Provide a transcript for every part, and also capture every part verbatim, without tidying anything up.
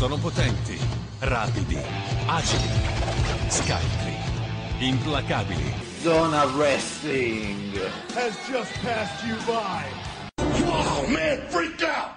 Sono potenti, rapidi, agili, scaltri, implacabili. Zona Wrestling has just passed you by. Wow, man, freak out!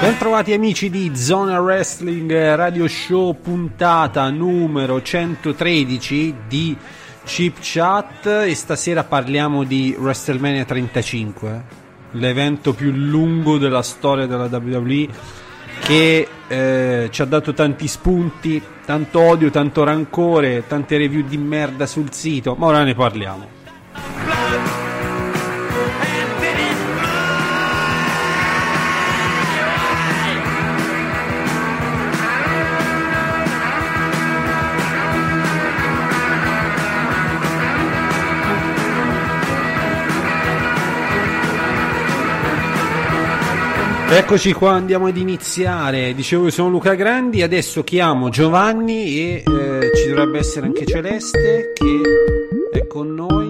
Bentrovati amici di Zona Wrestling Radio Show, puntata numero centotredici di Chip Chat, e stasera parliamo di WrestleMania trentacinque, l'evento più lungo della storia della W W E, che eh, ci ha dato tanti spunti, tanto odio, tanto rancore, tante review di merda sul sito, ma ora ne parliamo. Eccoci qua, andiamo ad iniziare. Dicevo che sono Luca Grandi, adesso chiamo Giovanni e eh, ci dovrebbe essere anche Celeste che è con noi.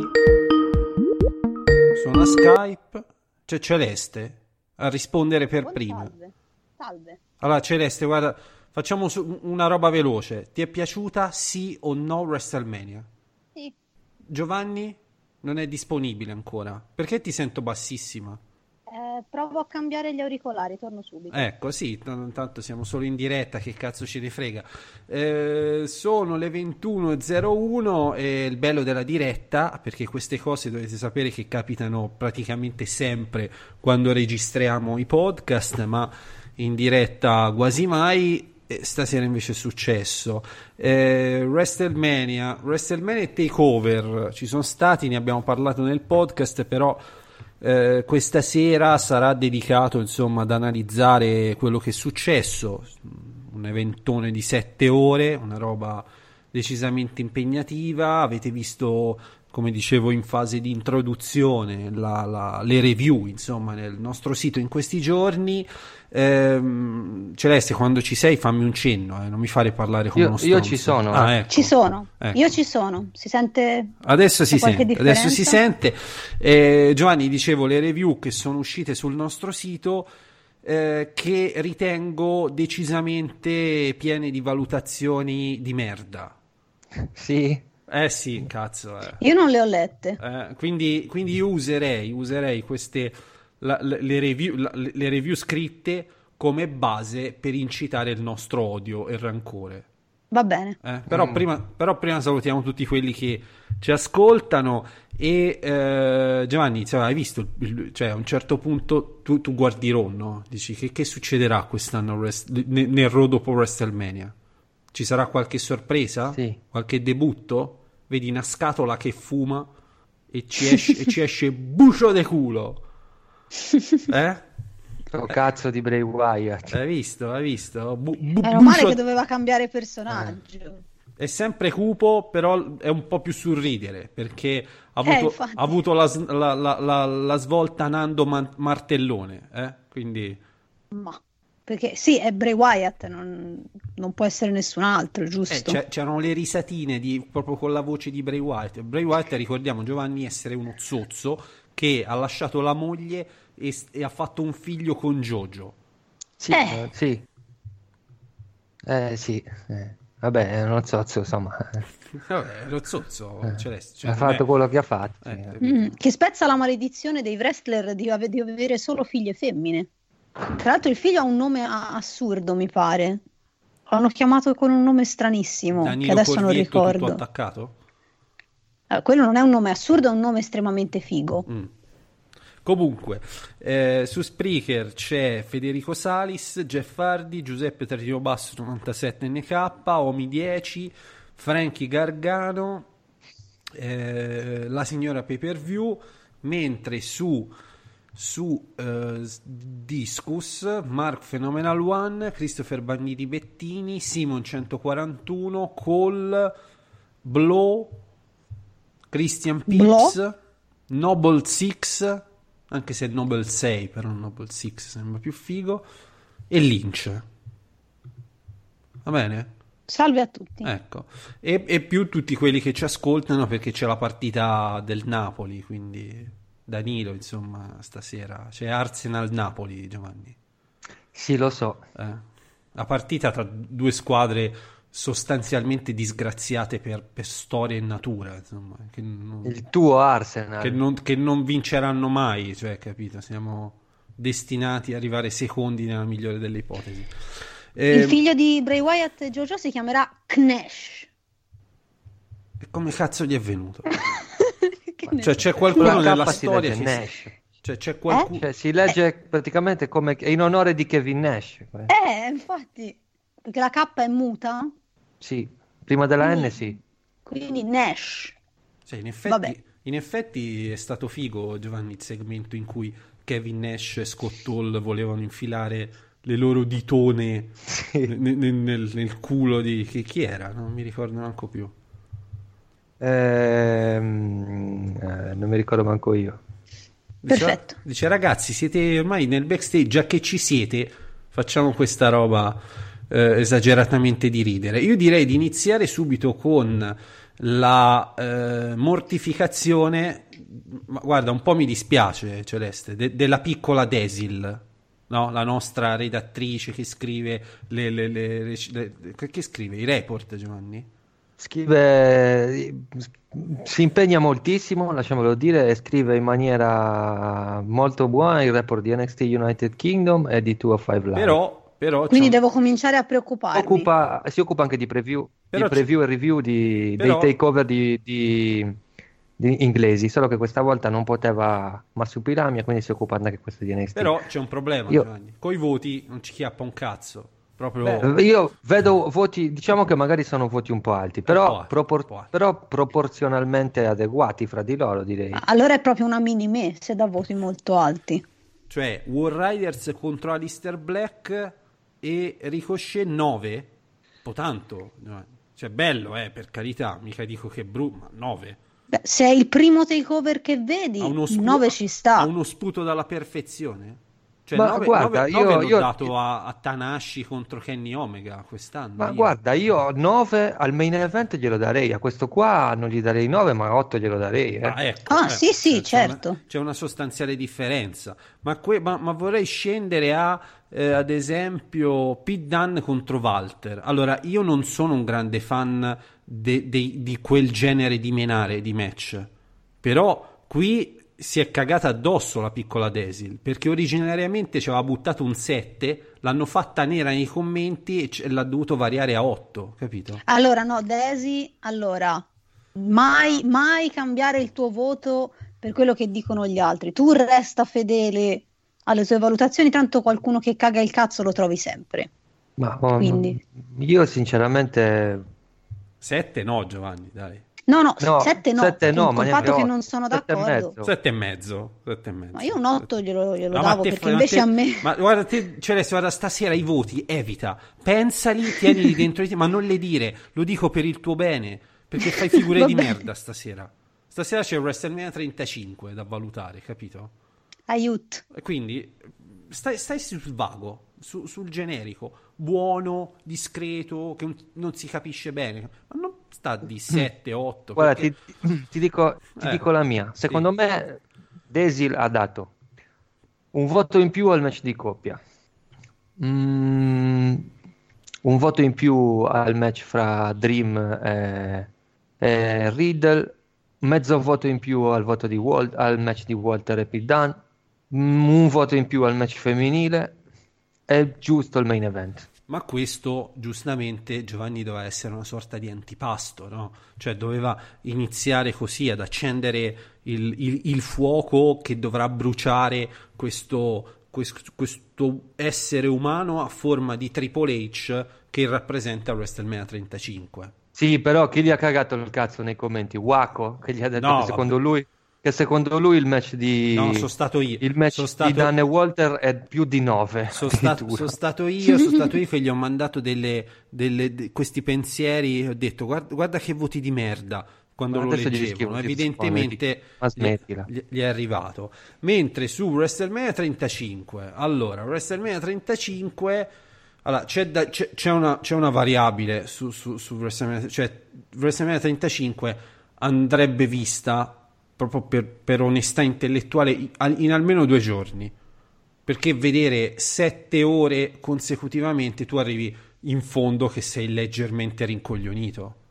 Suona Skype. C'è Celeste a rispondere per Buon prima. Salve. Salve. Allora Celeste, guarda, facciamo una roba veloce. Ti è piaciuta sì o no WrestleMania? Sì. Giovanni non è disponibile ancora. Perché ti sento bassissima? Eh, provo a cambiare gli auricolari, torno subito. Ecco, sì, t- tanto siamo solo in diretta, che cazzo ce ne frega. Eh, sono le ventuno e zero uno e il bello della diretta, perché queste cose dovete sapere che capitano praticamente sempre quando registriamo i podcast, ma in diretta quasi mai. E stasera invece è successo. Eh, WrestleMania, WrestleMania Takeover, ci sono stati, ne abbiamo parlato nel podcast, però Eh, questa sera sarà dedicato insomma ad analizzare quello che è successo, un eventone di sette ore, una roba decisamente impegnativa. Avete visto, come dicevo in fase di introduzione, la, la, le review insomma nel nostro sito in questi giorni. ehm, Celeste, quando ci sei fammi un cenno, eh, non mi fare parlare come io, uno stronzo. io ci sono ah, eh. ecco. Ci sono, Ecco. io ci sono. Si sente Adesso si qualche sente, adesso si differenza? sente. Eh, Giovanni, dicevo, le review che sono uscite sul nostro sito, eh, che ritengo decisamente piene di valutazioni di merda. Sì, Eh sì, cazzo. Eh. Io non le ho lette. Eh, quindi, quindi io userei, userei queste la- la- le, review, la- le review scritte come base per incitare il nostro odio e rancore. Va bene. Eh, però, Mm. prima, però prima salutiamo tutti quelli che ci ascoltano e eh, Giovanni, insomma, hai visto il- il- cioè a un certo punto tu, tu guardi Raw, no? Dici che, che succederà quest'anno rest- nel, nel Raw dopo WrestleMania? Ci sarà qualche sorpresa? Sì. Qualche debutto? Vedi una scatola che fuma e ci esce, e ci esce bucio de culo, eh? oh, cazzo di Bray Wyatt. Hai visto? Hai visto? Bu- bu- Meno male bucio- che doveva cambiare personaggio. È sempre cupo, però è un po' più sul ridere, perché ha Eh, avuto, infatti. ha avuto la, s- la- la- la- la svolta Nando Man- Martellone, eh? Quindi Ma perché sì, è Bray Wyatt, non, non può essere nessun altro, eh, giusto? c'è- c'erano le risatine di, proprio con la voce di Bray Wyatt. Bray Wyatt, ricordiamo Giovanni, essere uno zozzo che ha lasciato la moglie e, s- e ha fatto un figlio con Jojo. Sì, Eh. eh, sì. Eh, sì. eh. Vabbè, non so, so, insomma, Vabbè, lo zozzo, Celeste, cioè, ha non fatto è- quello che ha fatto. eh, sì. capito? Mm, che spezza la maledizione dei wrestler di, ave- di avere solo figlie femmine. Tra l'altro il figlio ha un nome a- assurdo, mi pare. L'hanno chiamato con un nome stranissimo, che Danilo adesso non Corvietto tutto ricordo. attaccato? Eh, quello non è un nome assurdo, è un nome estremamente figo. Mm. Comunque, eh, su Spreaker c'è Federico Salis, Jeff Hardy, Giuseppe Trattino Basso novantasette N K, Omi dieci, Frankie Gargano, eh, la signora Pay Per View, mentre su, su eh, Discus, Mark Phenomenal One, Christopher Bagniti Bettini, Simon centoquarantuno, Cole, Blow, Christian Pips, Noble Six, anche se è Noble sei, però Noble Six sembra più figo, e Lynch. Va bene? Salve a tutti. Ecco. E, e più tutti quelli che ci ascoltano, perché c'è la partita del Napoli, quindi Danilo, insomma, stasera c'è Arsenal-Napoli, Giovanni. Sì, lo so. Eh? La partita tra due squadre sostanzialmente disgraziate per, per storia e natura, insomma, che non, Il tuo Arsenal. che non, che non vinceranno mai, cioè, capito? Siamo, destinati ad arrivare secondi nella migliore delle ipotesi. Il Eh, figlio di Bray Wyatt e Jojo si chiamerà Knesh. come cazzo gli è venuto? Che ne Cioè so. c'è qualcuno Con la nella K si storia legge che Nash. cioè c'è qualcuno Cioè, si legge praticamente come in onore di Kevin Nash. Eh, infatti, perché la K è muta, Sì, prima della Quindi- N sì. quindi Nash. Cioè, in effetti, Vabbè. in effetti è stato figo, Giovanni, il segmento in cui Kevin Nash e Scott Hall volevano infilare le loro ditone nel, nel- nel- nel culo di chi, chi era? Non mi ricordo manco più. Ehm, eh, non mi ricordo manco io. Dice, Perfetto. dice, ragazzi, siete ormai nel backstage, già che ci siete, facciamo questa roba eh, esageratamente di ridere. Io direi di iniziare subito con la eh, mortificazione, ma guarda, un po' mi dispiace, Celeste, de- della piccola Desil, no? La nostra redattrice che scrive le, le- le- le- le- che scrive i report, Giovanni? Scrive, si impegna moltissimo, lasciamolo dire, e scrive in maniera molto buona il report di N X T United Kingdom e di duecentocinque Live. Però, però Quindi c'è un- devo cominciare a preoccuparmi. Occupa- si occupa anche di preview, Però di preview e review di- però- dei takeover di, di- di inglesi, solo che questa volta non poteva marsupilami e quindi si occupa anche questo di N X T. Però c'è un problema, Io- Giovanni. Coi voti non ci chiappa un cazzo. Proprio Beh, io vedo voti, diciamo che magari sono voti un po' alti, Un però, po' alti, propor- un po' alti. però proporzionalmente adeguati fra di loro, direi. Allora è proprio una mini me se dà voti molto alti. Cioè, War Riders contro Alistair Black e Ricochet nove? Un po' tanto. no? Cioè, bello, eh, per carità. Mica dico che è brutto, ma nove. Beh, se è il primo takeover che vedi, Ha uno il spu- nove ci sta. Ha uno sputo dalla perfezione? Cioè, Ma nove, guarda, nove- io- nove l'ho io- dato a, a Tanahashi contro Kenny Omega quest'anno. Ma io. guarda, io nove al main event glielo darei, a questo qua non gli darei nove, ma otto glielo darei. Eh. Ah, ecco, Ah, eh, sì, sì, c'è- c'è una- certo. C'è una sostanziale differenza. Ma, que- ma- ma vorrei scendere a, eh, ad esempio, Pete Dunne contro Walter. Allora, io non sono un grande fan de- de- di quel genere di menare, di match. Però qui si è cagata addosso la piccola Desil, perché originariamente ci aveva buttato un sette, l'hanno fatta nera nei commenti e c- l'ha dovuto variare a otto, capito? Allora, no, Desi, allora, mai, mai cambiare il tuo voto per quello che dicono gli altri. Tu resta fedele alle tue valutazioni, tanto qualcuno che caga il cazzo lo trovi sempre. Ma, ma- Quindi. io sinceramente sette no, Giovanni, dai. No, no, no, sette no, sette no, con ma il neanche fatto che otto, non sono sette e d'accordo. mezzo. sette e mezzo, sette e mezzo. Ma io un otto glielo, glielo No, ma davo te perché fai- ma invece te- a me... Ma guarda, te, cioè adesso guarda, stasera i voti, evita, pensali, tienili dentro di te, ma non le dire, lo dico per il tuo bene, perché fai figure Va di bene. merda stasera. Stasera c'è il WrestleMania trentacinque da valutare, capito? Aiuto. E quindi stai, stai sul vago, su- sul generico, buono, discreto, che non, non si capisce bene, ma non sta di sette, otto. Guarda, perché- ti, ti dico, ti Eh, dico la mia. Secondo sì. me Desil ha dato un voto in più al match di coppia, Mm, un voto in più al match fra Dream e, e Riddle, mezzo voto in più al, voto di Wal- al match di Walter e Pete Dunne, mm, un voto in più al match femminile e giusto il main event. Ma questo, giustamente, Giovanni doveva essere una sorta di antipasto, no? Cioè doveva iniziare così, ad accendere il, il- il fuoco che dovrà bruciare questo, quest- questo essere umano a forma di Triple H che rappresenta WrestleMania trentacinque. Sì, però chi gli ha cagato il cazzo nei commenti? Waco, che gli ha detto No, che secondo vabbè. lui che secondo lui il match di No, sono stato io. il match Sono stato- di Dan e Walter è più di nove. Sono stato, sono stato io, sono stato io che gli ho mandato delle, delle- de- questi pensieri e ho detto guarda, guarda che voti di merda quando Ma lo adesso gli leggevo, scrivo, no? ti Evidentemente rispondi, ma gli, smettila. gli- gli è arrivato. Mentre su WrestleMania trentacinque, allora WrestleMania trentacinque, allora, c'è, da- c'è- c'è una, c'è una variabile su, su, su WrestleMania, cioè WrestleMania trentacinque andrebbe vista proprio per, per onestà intellettuale in, in almeno due giorni, perché vedere sette ore consecutivamente tu arrivi in fondo che sei leggermente rincoglionito.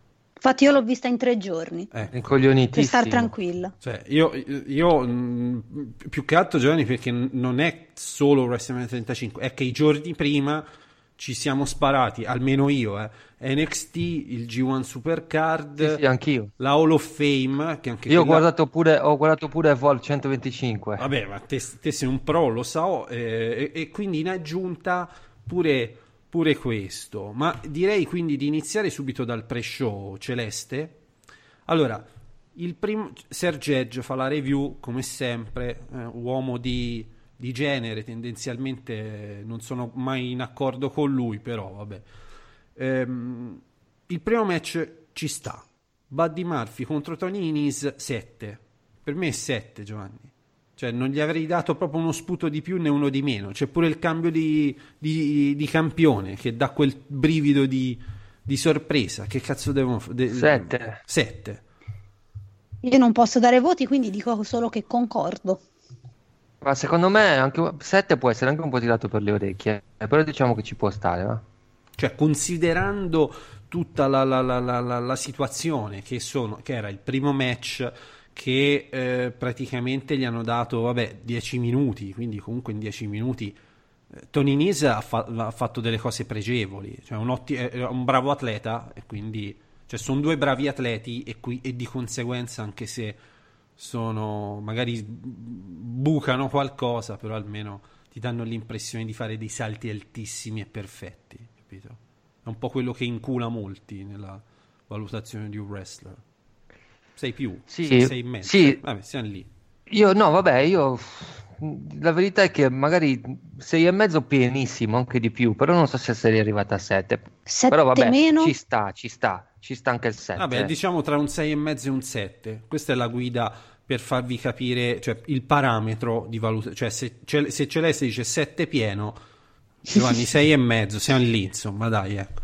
Infatti io l'ho vista in tre giorni, Eh, per Incoglionitissimo. star tranquilla. Cioè, io, io mh, più che altro, Giovanni, perché n- non è solo WrestleMania trentacinque, è che i giorni prima ci siamo sparati, almeno io, eh, N X T, il G uno Supercard, Sì, sì, anch'io. la Hall of Fame, che anche Io ho quella- guardato pure, ho guardato pure Evolve centoventicinque. Vabbè, ma te, te sei un pro, lo so, eh, e, e quindi in aggiunta pure, pure questo. Ma direi quindi di iniziare subito dal pre-show, Celeste. Allora, il primo, Serge Edge fa la review, come sempre, eh, uomo di, di genere, tendenzialmente eh, non sono mai in accordo con lui, però vabbè. Ehm, il primo match ci sta. Buddy Murphy contro Tony Nese, sette. Per me è sette, Giovanni. Cioè, non gli avrei dato proprio uno sputo di più né uno di meno. C'è pure il cambio di, di, di campione che dà quel brivido di, di sorpresa. Che cazzo devono fare? Sette. sette. Io non posso dare voti, quindi dico solo che concordo. Ma secondo me anche sette può essere anche un po' tirato per le orecchie, eh, però diciamo che ci può stare, va? Cioè, considerando tutta la, la, la, la, la, la situazione che, sono, che era il primo match che eh, praticamente gli hanno dato, vabbè, dieci minuti, quindi comunque in dieci minuti eh, Tony Nese ha, fa- ha fatto delle cose pregevoli, cioè un, otti- è un bravo atleta, e quindi cioè, sono due bravi atleti e, qui- e di conseguenza, anche se sono magari bucano qualcosa, però almeno ti danno l'impressione di fare dei salti altissimi e perfetti, capito? È un po' quello che incula molti nella valutazione di un wrestler. Sei più, Sì, sei, sei in mezzo. sì. Vabbè, siamo lì. Io no, vabbè, io la verità è che magari sei e mezzo pienissimo, anche di più, però non so se sei arrivata a sette. Sette Però vabbè, meno? ci sta, ci sta, ci sta anche il sette. Vabbè, diciamo tra un sei e mezzo e un sette. Questa è la guida per farvi capire, cioè il parametro di valutazione. Cioè se, ce- se Celeste dice sette pieno, Giovanni sei e mezzo, siamo lì, insomma, dai, ecco.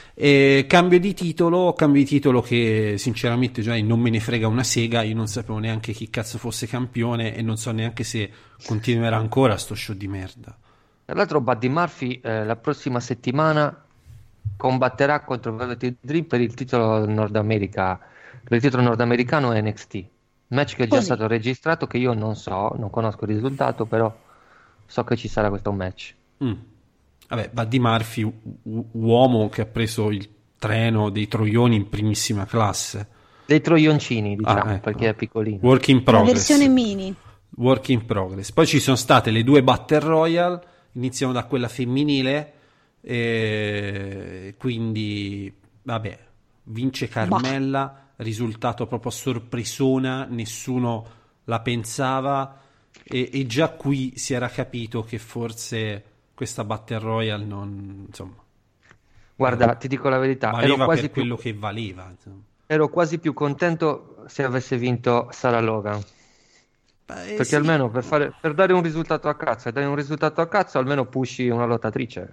E cambio di titolo, cambio di titolo che sinceramente Giovanni non me ne frega una sega, io non sapevo neanche chi cazzo fosse campione e non so neanche se continuerà ancora sto show di merda. Tra l'altro Buddy Murphy eh, la prossima settimana combatterà contro Velvet Dream per il titolo Nord America, per il titolo nordamericano N X T. Match che è già Così. stato registrato, che io non so, non conosco il risultato, però so che ci sarà questo match. Mm. Vabbè, Buddy Murphy, u- u- uomo che ha preso il treno dei troioni in primissima classe. Dei troioncini, diciamo, Ah, ecco. perché è piccolino. Work in La progress. versione mini. Work in progress. Poi ci sono state le due Battle Royale, iniziamo da quella femminile, e quindi vabbè, vince Carmella, risultato proprio a sorpresona, nessuno la pensava e, e già qui si era capito che forse questa Battle Royale non, insomma, Guarda, ti dico la verità, ero valeva quasi, per più, quello che valeva, insomma. ero quasi più contento se avesse vinto Sarah Logan. Beh, Perché sì. almeno per, fare, per dare un risultato a cazzo e dare un risultato a cazzo, almeno pushi una lottatrice.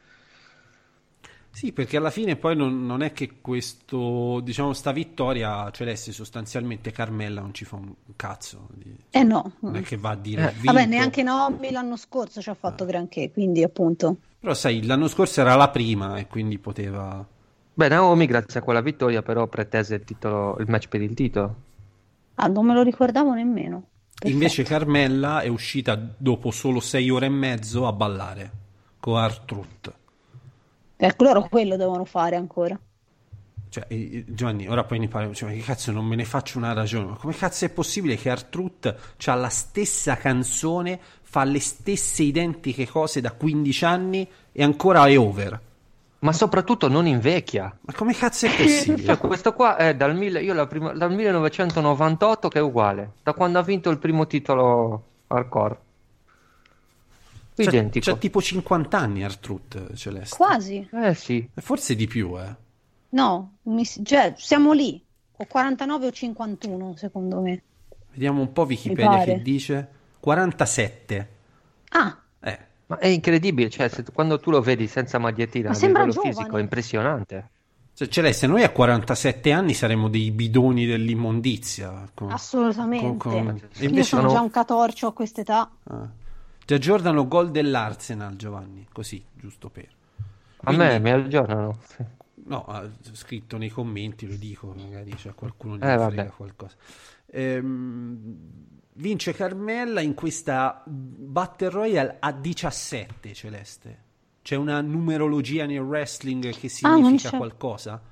Sì, perché alla fine poi non, non è che questo, diciamo, sta vittoria Celeste, sostanzialmente Carmella non ci fa un cazzo. di- Eh no. Non è che va a dire Eh, "Ho vinto". Vabbè, neanche Naomi l'anno scorso ci ha fatto granché, quindi appunto. Però sai, l'anno scorso era la prima e quindi poteva... Beh, Naomi, grazie a quella vittoria, però pretese il titolo, il match per il titolo. Ah, non me lo ricordavo nemmeno. Perfetto. Invece Carmella è uscita dopo solo sei ore e mezzo a ballare con R-Truth. Ecco, loro quello devono fare ancora. Cioè, eh, Giovanni, ora poi ne parliamo, cioè, ma che cazzo, non me ne faccio una ragione, ma come cazzo è possibile che R-Truth c'ha la stessa canzone, fa le stesse identiche cose da quindici anni e ancora è over? Ma soprattutto non invecchia. Ma come cazzo è Cioè, possibile? questo qua è dal, mille, io la prima, dal millenovecentonovantotto che è uguale, da quando ha vinto il primo titolo hardcore. C'ha, Identico. c'ha tipo cinquanta anni R-Truth, Celeste. Quasi. Eh sì. E forse di più, eh. No, mi s- cioè siamo lì. O quarantanove o cinquantuno, secondo me. Vediamo un po' Wikipedia pare. che dice quarantasette. Ah, Eh, Ma è incredibile, cioè se, quando tu lo vedi senza magliettina Ma a sembra livello giovane. fisico è impressionante. cioè, Celeste, noi a quarantasette anni saremmo dei bidoni dell'immondizia. con- assolutamente. con- con- Io invece sono no. già un catorcio a quest'età. Ah. Già Giordano gol dell'Arsenal, Giovanni, così, giusto per. A Quindi- me mi aggiornano. No, ha scritto nei commenti, lo dico, magari c'è qualcuno che Eh, frega vabbè. qualcosa. Ehm, vince Carmella in questa Battle Royale a diciassette, Celeste. C'è una numerologia nel wrestling che Ah, non significa c'è. qualcosa?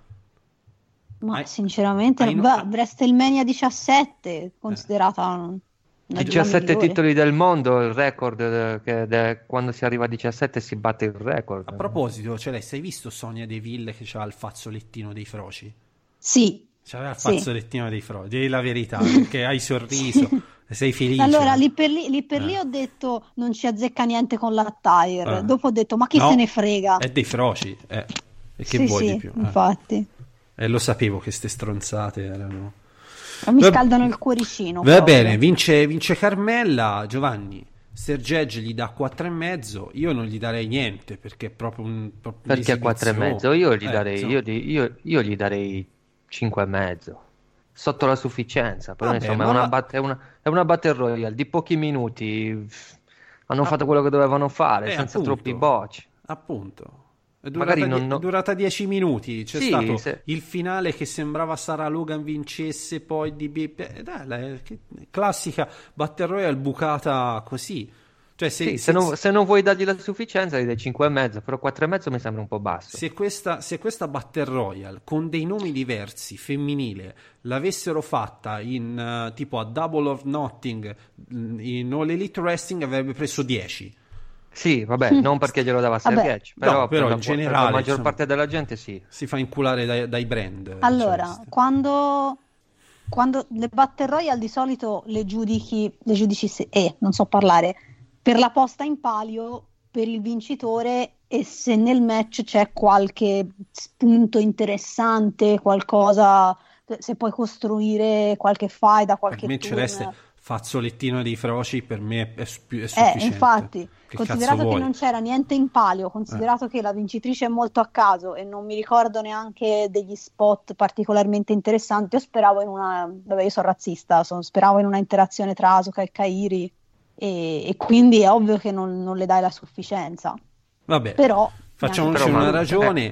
Ma Hai- sinceramente, hai no- va, WrestleMania diciassette, considerata una della diciassette migliori. titoli del mondo, il record eh, che de- quando si arriva a diciassette si batte il record. A proposito, Celeste, hai visto Sonia Deville che c'ha il fazzolettino dei froci? Sì. C'aveva il Sì. fazzolettino dei froci, di la verità, perché hai sorriso, sei felice. Allora, lì per lì, lì, per lì Eh. ho detto non ci azzecca niente con l'attire. Eh. Dopo ho detto ma chi No, se ne frega? È dei froci, eh. E che Sì, vuoi sì, di più? Eh. infatti. Eh, lo sapevo che ste stronzate erano. Ma mi Va- scaldano il cuoricino. Va proprio. bene, vince, vince Carmella. Giovanni, Sergegge gli dà quattro e mezzo. Io non gli darei niente perché è proprio un proprio Perché quattro e un'esibizione. mezzo? Io gli Eh, darei, insomma. io, gli- io- io gli darei cinque e mezzo. Sotto la sufficienza, però Vabbè, insomma è ma una, la- bat- è, una, è una battle royale di pochi minuti. Hanno fatto quello che dovevano fare, Eh, senza appunto. troppi bocci. Appunto. È durata, Magari non- die- no- è durata dieci minuti. C'è Sì, stato se- il finale che sembrava Sarah Logan vincesse, poi di eh, dai, la- che- classica Battle Royale bucata così. Cioè, se, Sì, se- se, non, se non vuoi dargli la sufficienza, gli dai cinque e mezzo, però quattro e mezzo mi sembra un po' basso. se questa, se questa Battle Royale con dei nomi diversi, femminile, l'avessero fatta in eh, tipo a Double or Nothing, mh, in All Elite Wrestling avrebbe preso dieci. Sì, vabbè, non perché glielo dava Vabbè. Sergej, però, No, però per la, in per la generale, maggior insomma. parte della gente sì. Si fa inculare dai, dai brand. Allora, Celeste. quando, quando le Battle Royale di solito le giudichi, le giudici se, eh, non so parlare, per la posta in palio, per il vincitore e se nel match c'è qualche spunto interessante, qualcosa, se puoi costruire qualche faida, qualche Per me turn. Celeste fazzolettino dei froci per me è, è, su- è Eh, sufficiente. infatti, Che considerato cazzo che vuoi? non c'era niente in palio, considerato che la vincitrice è molto a caso e non mi ricordo neanche degli spot particolarmente interessanti, io speravo in una, vabbè io sono razzista, son- speravo in una interazione tra Asuka e Kairi e, e quindi è ovvio che non, non le dai la sufficienza, Vabbè, però facciamoci Però, una ma- ragione.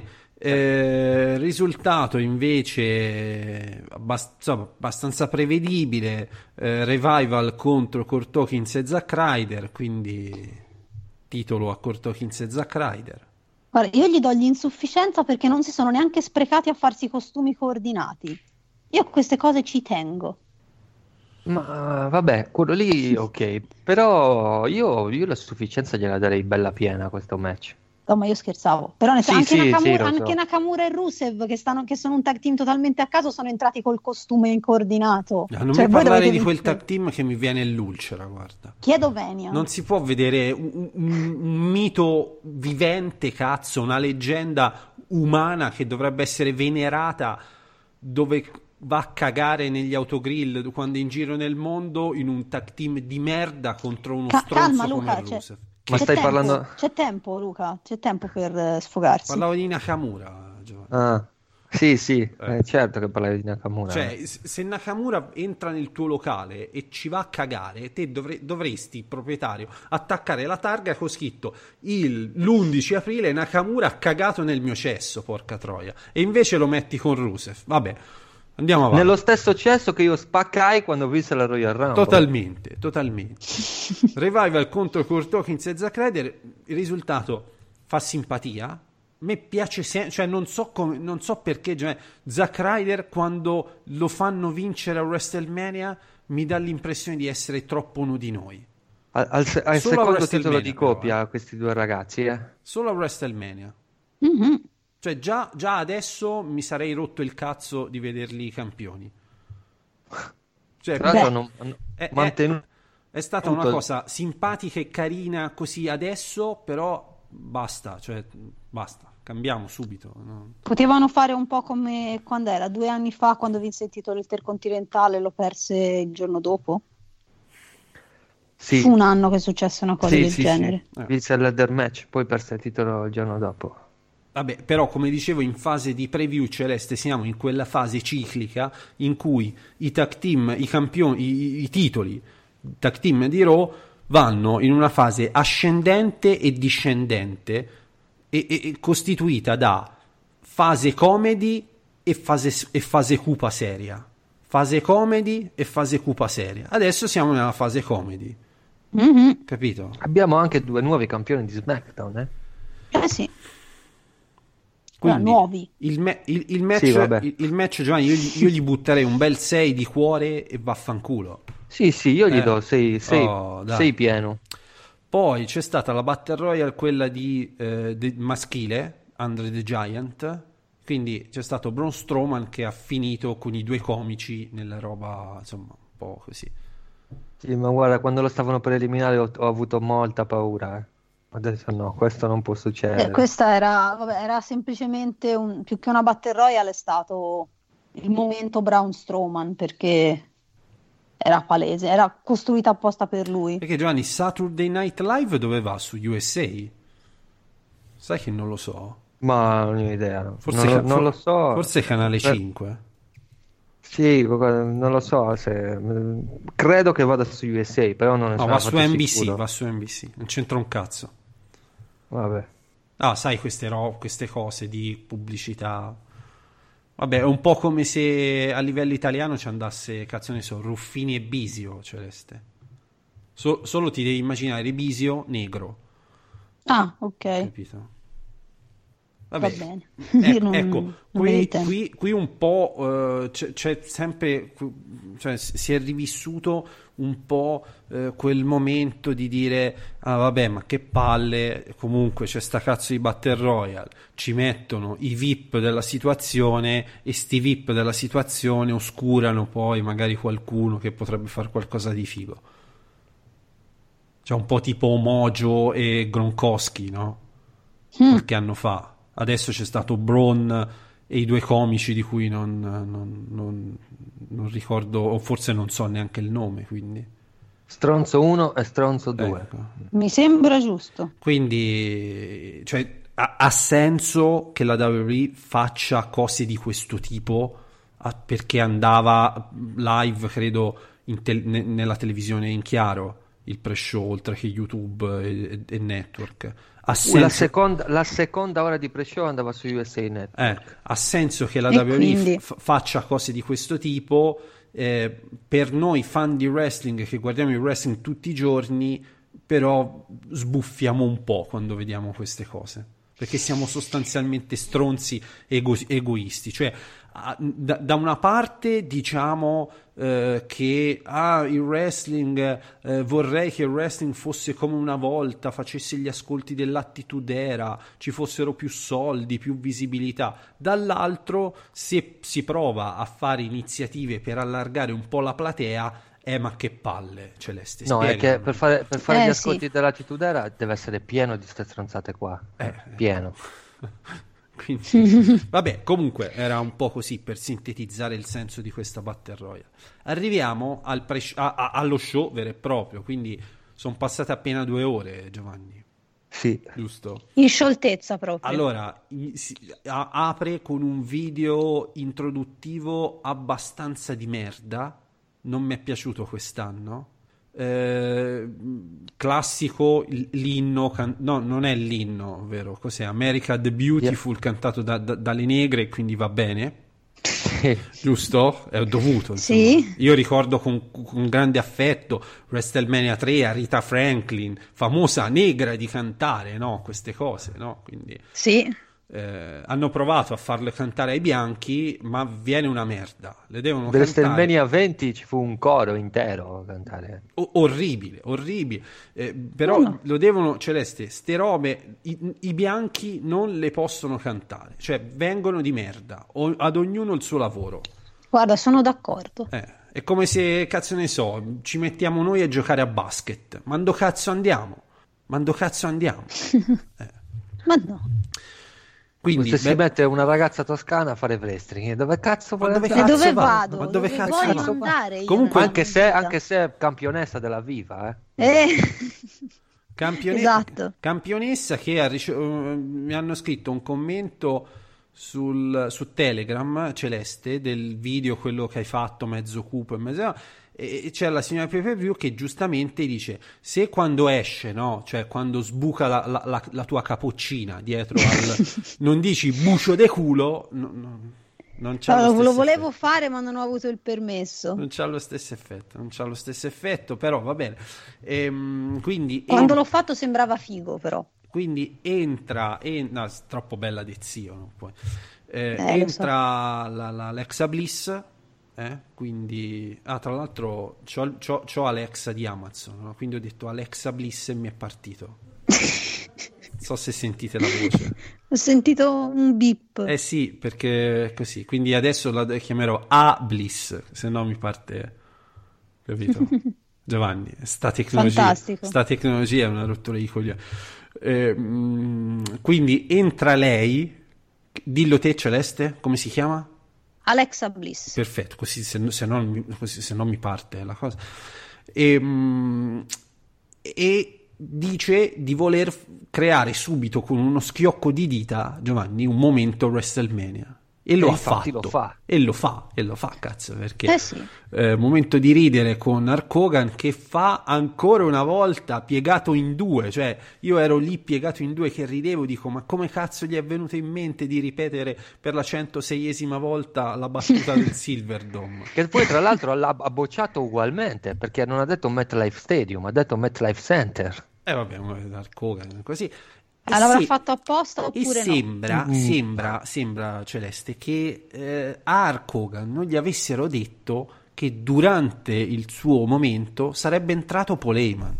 Eh, risultato invece abbast- insomma, abbastanza prevedibile. eh, Revival contro Kurt Hawkins e Zack Ryder, quindi titolo a Kurt Hawkins e Zack Ryder. guarda, io gli do l'insufficienza perché non si sono neanche sprecati a farsi costumi coordinati. Io a queste cose ci tengo. Ma vabbè, quello lì ok, però io, io la sufficienza gliela darei bella piena a questo match. No, ma io scherzavo. Però ne- Sì, anche, sì, Nakamura, sì, lo so. anche Nakamura e Rusev, che, stanno, che sono un tag team totalmente a caso, sono entrati col costume incoordinato. Ah, non Cioè, mi voi parlare dovete di quel vincere. tag team che mi viene l'ulcera, guarda. Chiedo Venia. Non si può vedere un, un- un mito vivente, cazzo, una leggenda umana che dovrebbe essere venerata, dove va a cagare negli autogrill quando è in giro nel mondo in un tag team di merda contro uno Ca- stronzo calma, come Luca, c'è- Rusev. Ma C'è stai tempo, parlando- C'è tempo, Luca. C'è tempo per eh, sfogarsi. Parlavo di Nakamura, Giovanni. Ah, sì, sì, eh, certo che parlavi di Nakamura. Cioè, s- se Nakamura entra nel tuo locale e ci va a cagare, te dovre- dovresti, proprietario, attaccare la targa con scritto il, l'undici aprile Nakamura ha cagato nel mio cesso, porca troia. E invece lo metti con Rusev. Vabbè, andiamo avanti. Nello stesso cesso che io spaccai quando vinse la Royal Rumble. Totalmente, totalmente. Revival contro Kurt Hawkins e Zack Ryder, il risultato fa simpatia. A me piace sempre, cioè non so come, non so perché, cioè, Zack Ryder quando lo fanno vincere a WrestleMania mi dà l'impressione di essere troppo uno di noi. Al, al se- al Solo a secondo WrestleMania, titolo di però, coppia eh. questi due ragazzi, eh. Solo a WrestleMania. Mhm. Cioè già, già adesso mi sarei rotto il cazzo di vederli campioni. Cioè, Tra l'altro Beh. non, non- è, è- mantenuto. è stata Punto. una cosa simpatica e carina così adesso, però basta, cioè basta, cambiamo subito. No? Potevano fare un po' come quando era, due anni fa, quando vinse il titolo intercontinentale, lo perse il giorno dopo. Sì, Fu un anno che successe una cosa sì, del sì, genere. sì. Vinse il ladder match, poi perse il titolo il giorno dopo. Vabbè, però come dicevo in fase di preview Celeste siamo in quella fase ciclica in cui i tag team, i campioni, i, i titoli tag team di Raw vanno in una fase ascendente e discendente e, e- e costituita da fase comedy e fase, e fase cupa seria. Fase comedy e fase cupa seria. Adesso siamo nella fase comedy. Mm-hmm. Capito? Abbiamo anche due nuovi campioni di SmackDown, eh? Eh sì. Quindi, nuovi. Il, me- il, il match, Sì, vabbè. il, il match Giovanni, io, gli- io gli butterei un bel sei di cuore e vaffanculo. Sì, sì, io gli Eh. do sei Oh, dai. pieno. Poi c'è stata la Battle Royale, quella di eh, de- maschile, Andre the Giant. Quindi c'è stato Braun Strowman che ha finito con i due comici nella roba, insomma, un po' così. Sì, ma guarda, quando lo stavano per eliminare ho, ho avuto molta paura, eh. Adesso no, questo non può succedere. Eh, questa era, vabbè, era semplicemente un, più che una Battle Royale, è stato il momento Braun Strowman, perché era palese, era costruita apposta per lui. Perché Giovanni, Saturday Night Live dove va? Su U S A? Sai che non lo so. Ma non ho idea, no. Forse, non, lo- ca- non lo for- so. Forse Canale Eh, cinque. Sì, non lo so se... credo che vada su U S A, però non ne No, sono va su affatto N B C, sicuro. va su N B C. Non c'entra un cazzo. Vabbè. Ah, sai queste, ro- queste cose di pubblicità. Vabbè, è un po' come se a livello italiano ci andasse, cazzo ne so, Ruffini e Bisio, Celeste. So- solo ti devi immaginare Bisio negro, Ah, ok, capito? Vabbè, va bene. eh, Io non- ecco, non me qui, ne intendo. qui, qui un po' eh, c'è, c'è sempre, cioè s- si è rivissuto un po' eh, quel momento di dire, ah vabbè, ma che palle, comunque c'è sta cazzo di Battle Royale, ci mettono i V I P della situazione e sti V I P della situazione oscurano poi magari qualcuno che potrebbe fare qualcosa di figo. Cioè un po' tipo Mojo e Gronkowski, no? Qualche anno fa. Adesso c'è stato Braun e i due comici di cui non, non- non- non ricordo, o forse non so neanche il nome, quindi. Stronzo uno e Stronzo due. Ecco. Mi sembra giusto. Quindi, cioè, ha, ha senso che la W W E faccia cose di questo tipo, ah, perché andava live, credo, in te- ne- nella televisione in chiaro, il pre-show, oltre che YouTube e, e network. Ha senso, La seconda, la seconda ora di pre-show andava su U S A Network. eh, ha senso che la E W W E quindi? f- faccia cose di questo tipo. Eh, per noi fan di wrestling che guardiamo il wrestling tutti i giorni, però sbuffiamo un po' quando vediamo queste cose, perché siamo sostanzialmente stronzi ego- egoisti. Cioè, a- da, da una parte diciamo eh, che ah, il wrestling, eh, vorrei che il wrestling fosse come una volta, facesse gli ascolti dell'Attitude Era, ci fossero più soldi, più visibilità. Dall'altro, se si prova a fare iniziative per allargare un po' la platea, eh ma che palle, Celeste, No, è spiegami. che per fare, per fare Eh, gli sì. ascolti dell'Attitude Era deve essere pieno di ste stronzate qua. Eh, Pieno. Quindi, vabbè, comunque era un po' così per sintetizzare il senso di questa Battle Royale. Arriviamo al pre- a- a- allo show vero e proprio, quindi sono passate appena due ore, Giovanni, Sì. giusto? In scioltezza proprio. Allora, i- si- a- apre con un video introduttivo abbastanza di merda, non mi è piaciuto quest'anno. Eh, classico il- l'inno can- no, non è l'inno, vero? Cos'è? America the Beautiful, cantato da- da- dalle negre, quindi va bene, giusto? È dovuto, insomma. Sì. Io ricordo con, con grande affetto WrestleMania tre, a Rita Franklin, famosa negra di cantare, no? Queste cose, no? Quindi Sì. eh, hanno provato a farle cantare ai bianchi, ma viene una merda. Le devono cantare. WrestleMania venti ci fu un coro intero a cantare. O- orribile, orribile. Eh, però No. lo devono, Celeste, ste robe, i, i bianchi non le possono cantare, cioè vengono di merda, o- ad ognuno il suo lavoro. Guarda, sono d'accordo. Eh, è come se, cazzo ne so, ci mettiamo noi a giocare a basket. Mando cazzo andiamo? Mando cazzo andiamo? Ma no. Quindi, Se si beh, mette una ragazza toscana a fare wrestling, dove cazzo vuole dove E andare? cazzo dove va? vado? Ma dove cazzo voglio va? andare io Comunque- nella Anche mia se, vita? anche se è campionessa della Viva, eh. Eh. Campione- Esatto. Campionessa che ha rice- uh, mi hanno scritto un commento sul, su Telegram, Celeste, del video, quello che hai fatto mezzo cupo e mezzo, E c'è la signora pay per view che giustamente dice: se quando esce, no, cioè quando sbuca la, la, la, la tua capoccina dietro al non dici bucio de culo, no, no, non c'ha allora, lo, lo volevo effetto. fare ma non ho avuto il permesso. Non c'ha lo stesso effetto, non c'ha lo stesso effetto, però va bene. Ehm, quindi Quando en- l'ho fatto sembrava figo, però. quindi entra, en- no, è troppo bella di zio, non puoi. Eh, Eh, lo so. entra la, la Alexa Bliss, eh, quindi ah, tra l'altro c'ho, c'ho, c'ho Alexa di Amazon, no? Quindi ho detto Alexa Bliss e mi è partito. Non so se sentite la voce. Ho sentito un beep. Eh sì, perché è così. Quindi adesso la chiamerò A Bliss, se no mi parte, capito? Giovanni, sta tecnologia, Fantastico. sta tecnologia è una rottura di coglioni. Eh, mh, quindi entra lei, dillo te Celeste, come si chiama? Alexa Bliss. Perfetto, così se, no- se non, mi- così se non mi parte la cosa. E, mh, e dice di voler f- creare subito con uno schiocco di dita, Giovanni, un momento WrestleMania. E lo E ha infatti fatto. lo fa. E lo fa, e lo fa, cazzo, perché Eh sì. eh, momento di ridere con Hulk Hogan che fa ancora una volta piegato in due, cioè io ero lì piegato in due che ridevo, dico ma come cazzo gli è venuto in mente di ripetere per la centoseiesima volta la battuta del Silverdome? Che poi tra l'altro l'ha ha bocciato ugualmente, perché non ha detto MetLife Stadium, ha detto MetLife Center. E eh, vabbè, Hulk Hogan così. E Ah, l'avrà se- fatto apposta E oppure no? sembra, Mm. sembra, sembra Celeste che eh, a Hulk Hogan non gli avessero detto che durante il suo momento sarebbe entrato Paul Heyman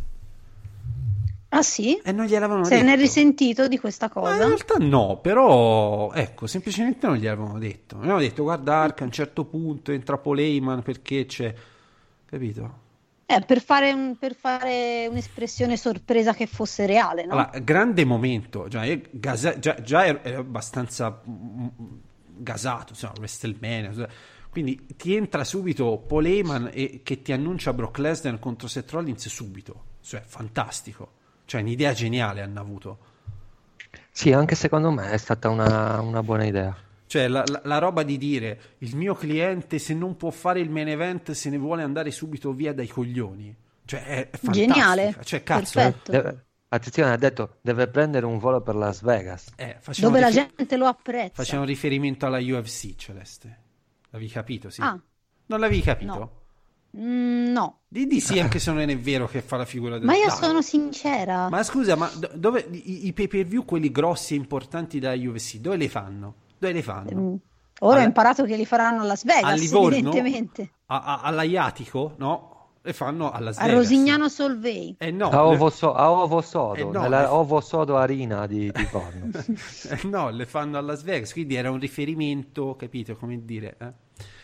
Ah sì? e non gliel'avevano Se detto. ne è risentito di questa Ma in cosa? realtà no, però ecco, semplicemente non gliel'avevano detto. Avevano detto guarda Hulk, a un certo punto entra Paul Heyman perché c'è, capito? Eh, per fare, un- per fare un'espressione sorpresa che fosse reale, no? Allora, grande momento, già, io gasa- già, già ero, ero abbastanza mm, gasato, insomma, WrestleMania, cioè, quindi ti entra subito Paul Heyman e che ti annuncia Brock Lesnar contro Seth Rollins subito, cioè fantastico, cioè un'idea geniale hanno avuto, Sì, anche secondo me è stata una, una buona idea. cioè la, la- la roba di dire il mio cliente se non può fare il main event se ne vuole andare subito via dai coglioni, cioè è, è fantastica, Geniale. cioè cazzo, Perfetto. Deve- attenzione, ha detto deve prendere un volo per Las Vegas. eh, facciamo Dove la rifer- gente lo apprezza. facciamo riferimento alla U F C, Celeste. L'avevi capito, sì? Ah, Non l'avevi capito? no. Mm, no. Di, di sì, anche se non è vero che fa la figura del... Ma io Dai. sono sincera. Ma scusa, ma do- dove i, i pay per view, quelli grossi e importanti della U F C, dove le fanno? Dove le fanno? Mm, Ora Alla- ho imparato che li faranno a Las A Vegas, Livorno? evidentemente. A- a- all'Aiatico? No? Le fanno a Las A Vegas. Rosignano Solvay. Eh no, a, le- ovo so- a Ovo Sodo, Eh no, nella le- Ovo Sodo Arena di, di Livorno. eh no, le fanno a Las Vegas, quindi era un riferimento, capito come dire? Eh?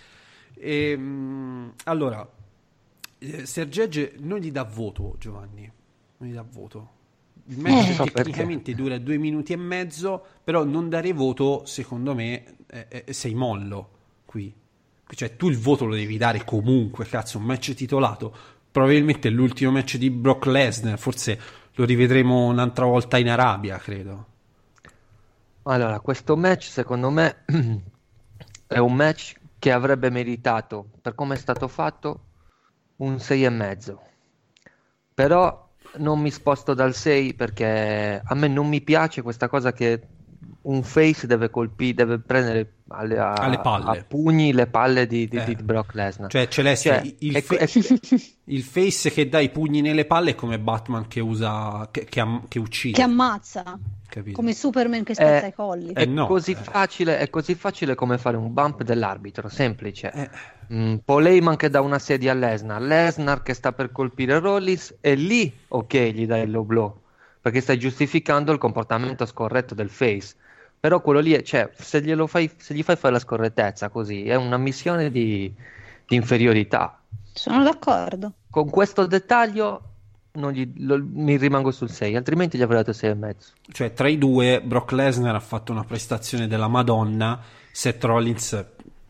Ehm, allora, eh, Sergegge non gli dà voto, Giovanni, non gli dà voto. Il match Eh. So tecnicamente dura due minuti e mezzo, però non dare voto, secondo me, eh, eh, sei mollo qui. Cioè, tu il voto lo devi dare comunque, cazzo, un match titolato. Probabilmente è l'ultimo match di Brock Lesnar, forse lo rivedremo un'altra volta in Arabia, credo. Allora, questo match secondo me è un match che avrebbe meritato, per come è stato fatto, un sei e mezzo. Però non mi sposto dal sei perché a me non mi piace questa cosa che un face deve colpire, deve prendere alle, a, Alle palle. a pugni le palle di, di, Eh. di Brock Lesnar. Cioè, Celeste, Cioè, il, è- fa- è- il face che dà i pugni nelle palle è come Batman che usa, che, che, am- che uccide. Che ammazza. capito? Come Superman che spezza Eh, i colli. Eh, È, no, così eh. facile, è così facile come fare un bump dell'arbitro, semplice. Eh. Mm, Paul Heyman che dà una sedia a Lesnar, Lesnar che sta per colpire Rollins e lì, ok, gli dai il low blow, perché stai giustificando il comportamento scorretto del face. Però quello lì, è, cioè, se glielo fai, se gli fai fare la scorrettezza così, è una missione di, di inferiorità. Sono d'accordo. Con questo dettaglio non gli- lo- mi rimango sul sei, altrimenti gli avrei dato sei e mezzo. Cioè, tra i due, Brock Lesnar ha fatto una prestazione della Madonna, Seth Rollins...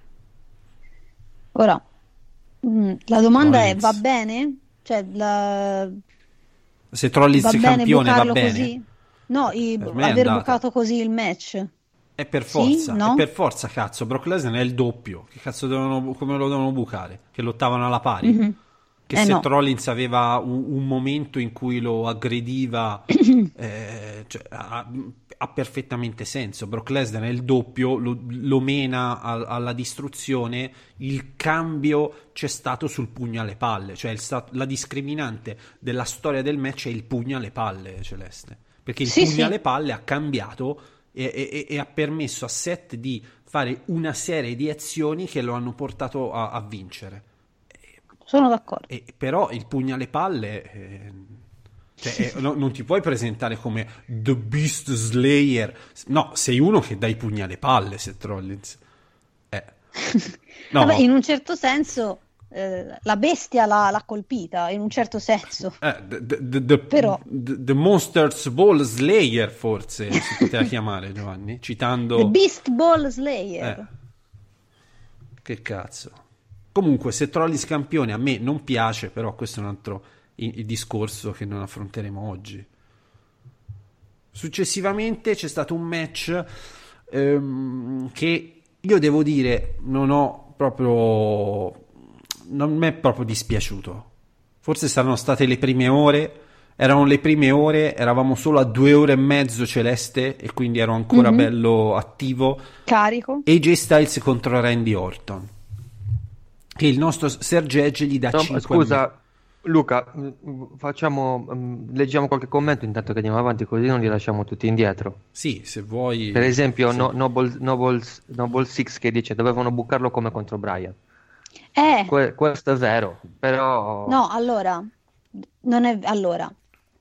Ora, mm, la domanda è, Rollins. va bene? Cioè, la... Seth Rollins va bene campione va bucarlo bene? così? No, i- Per me è aver andata. bucato così il match. È per Sì? forza, No? è per forza, cazzo. Brock Lesnar è il doppio. Che cazzo devono, come lo devono bucare? Che lottavano alla pari? Mhm. che Eh, Seth no. Rollins aveva un, un momento in cui lo aggrediva, eh, cioè, ha, ha perfettamente senso. Brock Lesnar è il doppio, lo, lo mena a- alla distruzione. Il cambio c'è stato sul pugno alle palle, cioè il sta- la discriminante della storia del match è il pugno alle palle, Celeste, perché il Sì, pugno sì. alle palle ha cambiato e, e- e ha permesso a Seth di fare una serie di azioni che lo hanno portato a, a vincere. Sono d'accordo. E, però il pugno alle palle, eh, cioè, eh, no- non ti puoi presentare come The Beast Slayer. No, sei uno che dà i pugni alle palle, Seth Rollins. Eh. No, Vabbè, in un certo senso eh, la bestia l'ha, l'ha colpita, in un certo senso. eh, the, the- the- Però- the- the Monsters Ball Slayer forse si poteva chiamare, Giovanni, citando... The Beast Ball Slayer. Eh. Che cazzo. Comunque, se Rollins campione a me non piace, però questo è un altro i- il discorso che non affronteremo oggi. Successivamente c'è stato un match ehm, che io devo dire non ho proprio, non mi è proprio dispiaciuto. Forse saranno state le prime ore, erano le prime ore, eravamo solo a due ore e mezzo, Celeste, e quindi ero ancora Mhm. bello attivo. Carico. A J Styles contro Randy Orton, che il nostro Sergegge gli dà No, cinque. scusa, Luca, mh, facciamo, mh, leggiamo qualche commento intanto che andiamo avanti, così non li lasciamo tutti indietro. Sì, se vuoi. Per esempio, sì. no, Noble, Noble, Noble Six che dice dovevano bucarlo come contro Brian. Eh, Que- questo è vero, però no, allora, non è allora.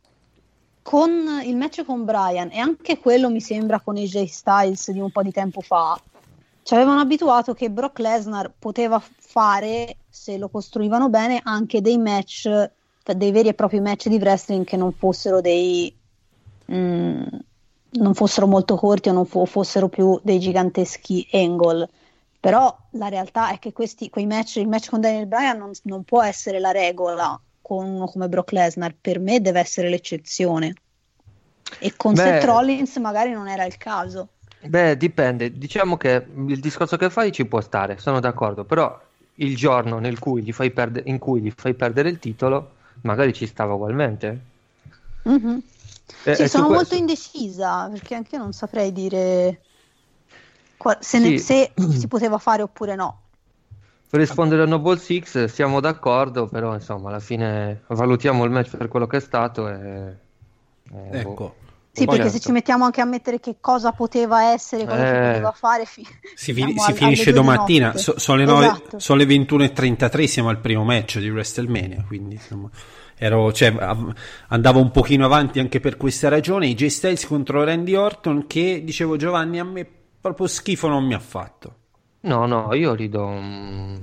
Con il match con Brian e anche quello mi sembra con A J Styles di un po' di tempo fa, ci avevano abituato che Brock Lesnar poteva fare, se lo costruivano bene, anche dei match, cioè dei veri e propri match di wrestling che non fossero dei mm, non fossero molto corti o non fo- fossero più dei giganteschi angle. Però la realtà è che questi, quei match, il match con Daniel Bryan non, non può essere la regola con uno come Brock Lesnar. Per me deve essere l'eccezione. E con Beh. Seth Rollins magari non era il caso. beh, dipende. Diciamo che il discorso che fai ci può stare, sono d'accordo, però il giorno nel cui gli fai perde- in cui gli fai perdere il titolo, magari ci stava ugualmente. Mhm. E- Sì, e su sono questo- molto indecisa perché anche io non saprei dire qua- se, ne- Sì. se si poteva fare oppure no. Per rispondere a Noble Six siamo d'accordo, però insomma alla fine valutiamo il match per quello che è stato e... e Ecco. boh. Sì, perché Certo. se ci mettiamo anche a mettere che cosa poteva essere, cosa si Eh. poteva fare, fi- Si, siamo fi- si al- finisce alle due di domattina, notte. so- sono, le nove- Esatto. sono le ventuno e trentatré, siamo al primo match di WrestleMania, quindi insomma, ero, cioè, av- andavo un pochino avanti anche per questa ragione. A J Styles contro Randy Orton, che dicevo Giovanni, a me proprio schifo non mi ha fatto. No, no, io gli do un...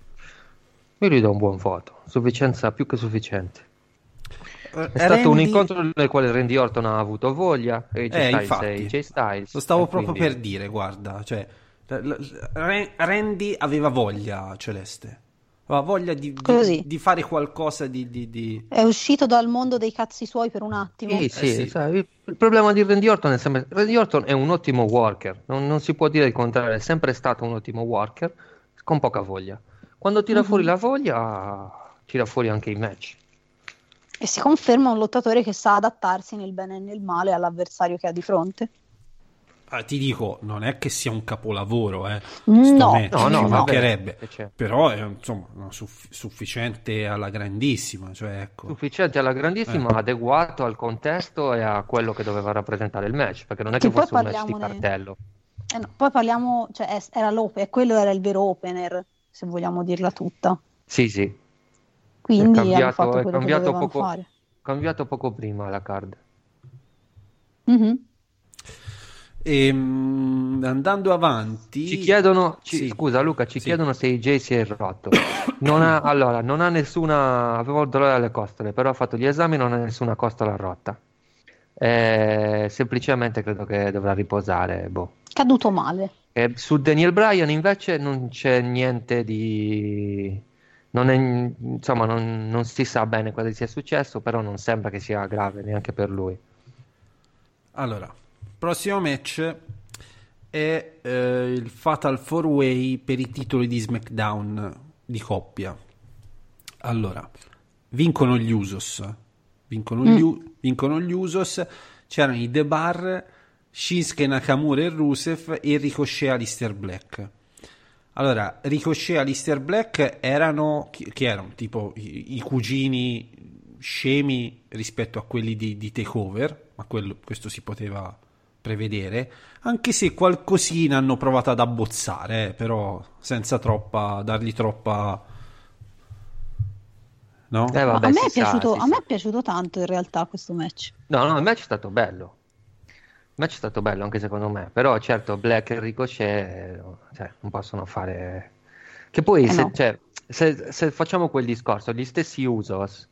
io gli do un buon voto, sufficienza più che sufficiente. È stato un incontro nel quale Randy Orton ha avuto voglia e A J Eh, Styles infatti. e A J Styles. Lo stavo e proprio quindi- per dire, guarda, cioè, l- l- Ra- Randy aveva voglia, Celeste, aveva voglia di, di- Così. di fare qualcosa di... di- di- È uscito dal mondo dei cazzi suoi per un attimo. Sì, sì, sì. sai, il il problema di Randy Orton è sempre... Randy Orton è un ottimo worker, non, non si può dire il contrario, è sempre stato un ottimo worker con poca voglia. Quando tira Mhm. fuori la voglia, tira fuori anche i match. E si conferma un lottatore che sa adattarsi nel bene e nel male all'avversario che ha di fronte. Ah, ti dico, non è che sia un capolavoro, eh, No, sto match, no, no, ci vabbè, mancherebbe, che c'è. però è insomma no, suff- sufficiente alla grandissima, cioè ecco. Sufficiente alla grandissima, Eh. adeguato al contesto e a quello che doveva rappresentare il match, perché non è Che che poi fosse un match di parliamone- cartello. Eh no, poi parliamo, cioè è- era l'open, quello era il vero opener, se vogliamo dirla tutta. Sì, sì, Quindi È cambiato- hanno fatto è quello che cambiato dovevano poco- fare. cambiato poco prima la card. Mhm. Ehm, andando avanti, Ci chiedono, ci- Sì. scusa Luca, ci Sì. chiedono se A J si è rotto. Non ha, allora, non ha nessuna, aveva il dolore alle costole, però ha fatto gli esami, non ha nessuna costola rotta. Eh, semplicemente credo che dovrà riposare, boh. Caduto male. E su Daniel Bryan invece non c'è niente di... Non è, insomma, non, non si sa bene cosa sia successo, però non sembra che sia grave neanche per lui. allora, prossimo match è eh, il Fatal four way per i titoli di SmackDown di coppia. Allora, vincono gli Usos, vincono, Mm. gli, U- vincono gli Usos, c'erano i The Bar, Shinsuke Nakamura e Rusev e Ricochet e Aleister Black. Allora, Ricochet e Aleister Black erano, chi, chi erano? Tipo i, i cugini scemi rispetto a quelli di, di TakeOver, ma quello, questo si poteva prevedere, anche se qualcosina hanno provato ad abbozzare, eh, però senza troppa, dargli troppa... No? Eh, Ma vabbè, a me, si è sa, piaciuto, si a me sa. è piaciuto tanto in realtà questo match. No, no, il match è stato bello. Il match è stato bello anche secondo me, però certo Black e Ricochet eh, cioè, non possono fare... Che poi Eh se, no. cioè, se, se facciamo quel discorso, gli stessi Usos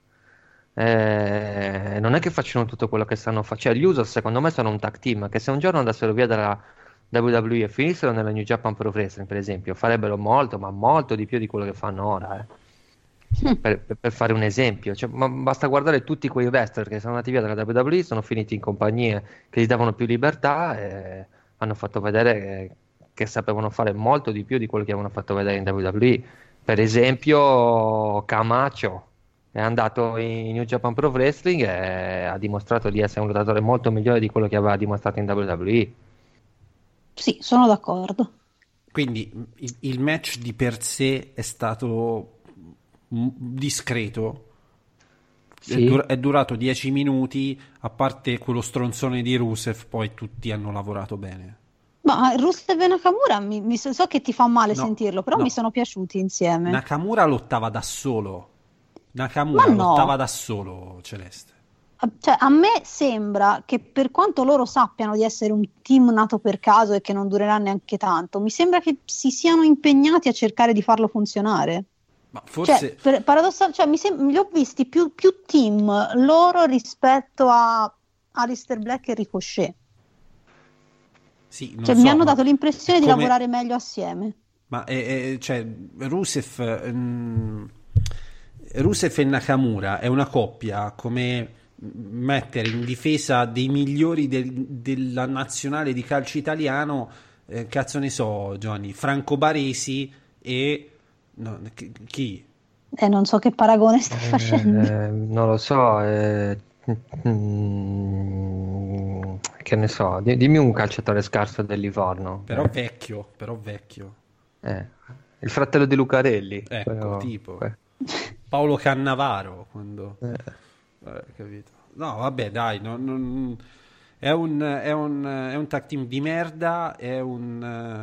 eh, non è che facciano tutto quello che stanno facendo. Cioè, gli Usos secondo me sono un tag team che se un giorno andassero via dalla W W E e finissero nella New Japan Pro Wrestling per esempio, farebbero molto, ma molto di più di quello che fanno ora, eh. Mm. Per, per- per fare un esempio, cioè, ma basta guardare tutti quei wrestler che sono andati via dalla W W E, sono finiti in compagnie che gli davano più libertà e hanno fatto vedere che, che sapevano fare molto di più di quello che avevano fatto vedere in W W E. Per esempio Camacho è andato in New Japan Pro Wrestling e ha dimostrato di essere un lottatore molto migliore di quello che aveva dimostrato in W W E. Sì, sono d'accordo. Quindi il, il match di per sé è stato mm, discreto. È, Sì. dur- è durato dieci minuti, a parte quello stronzone di Rusev, poi tutti hanno lavorato bene. Ma Rusev e Nakamura, mi, mi so so che ti fa male No, sentirlo, però no. mi sono piaciuti insieme. Nakamura lottava da solo. Nakamura Ma no. lottava da solo, Celeste. Cioè, a me sembra che per quanto loro sappiano di essere un team nato per caso e che non durerà neanche tanto, mi sembra che si siano impegnati a cercare di farlo funzionare. Ma forse Cioè, per, paradossal- cioè, mi sem- li ho visti più, più team loro rispetto a Aleister Black e Ricochet. sì, non Cioè, so, mi hanno ma dato l'impressione è di come- lavorare meglio assieme. Ma è, è- cioè, Rusev, mm, Rusev e Nakamura è una coppia come mettere in difesa dei migliori del- della nazionale di calcio italiano, eh, cazzo ne so, Giovanni, Franco Baresi e no, chi? chi? E non so che paragone stai facendo. Eh, non lo so, eh, mm, che ne so, di- dimmi un calciatore scarso del Livorno. Però Eh, vecchio, però vecchio. eh, il fratello di Lucarelli. Ecco, quello- tipo. que- Paolo Cannavaro quando... eh. Eh, capito. No, vabbè, dai, no- non- è un, è un, è un tag team di merda, è un...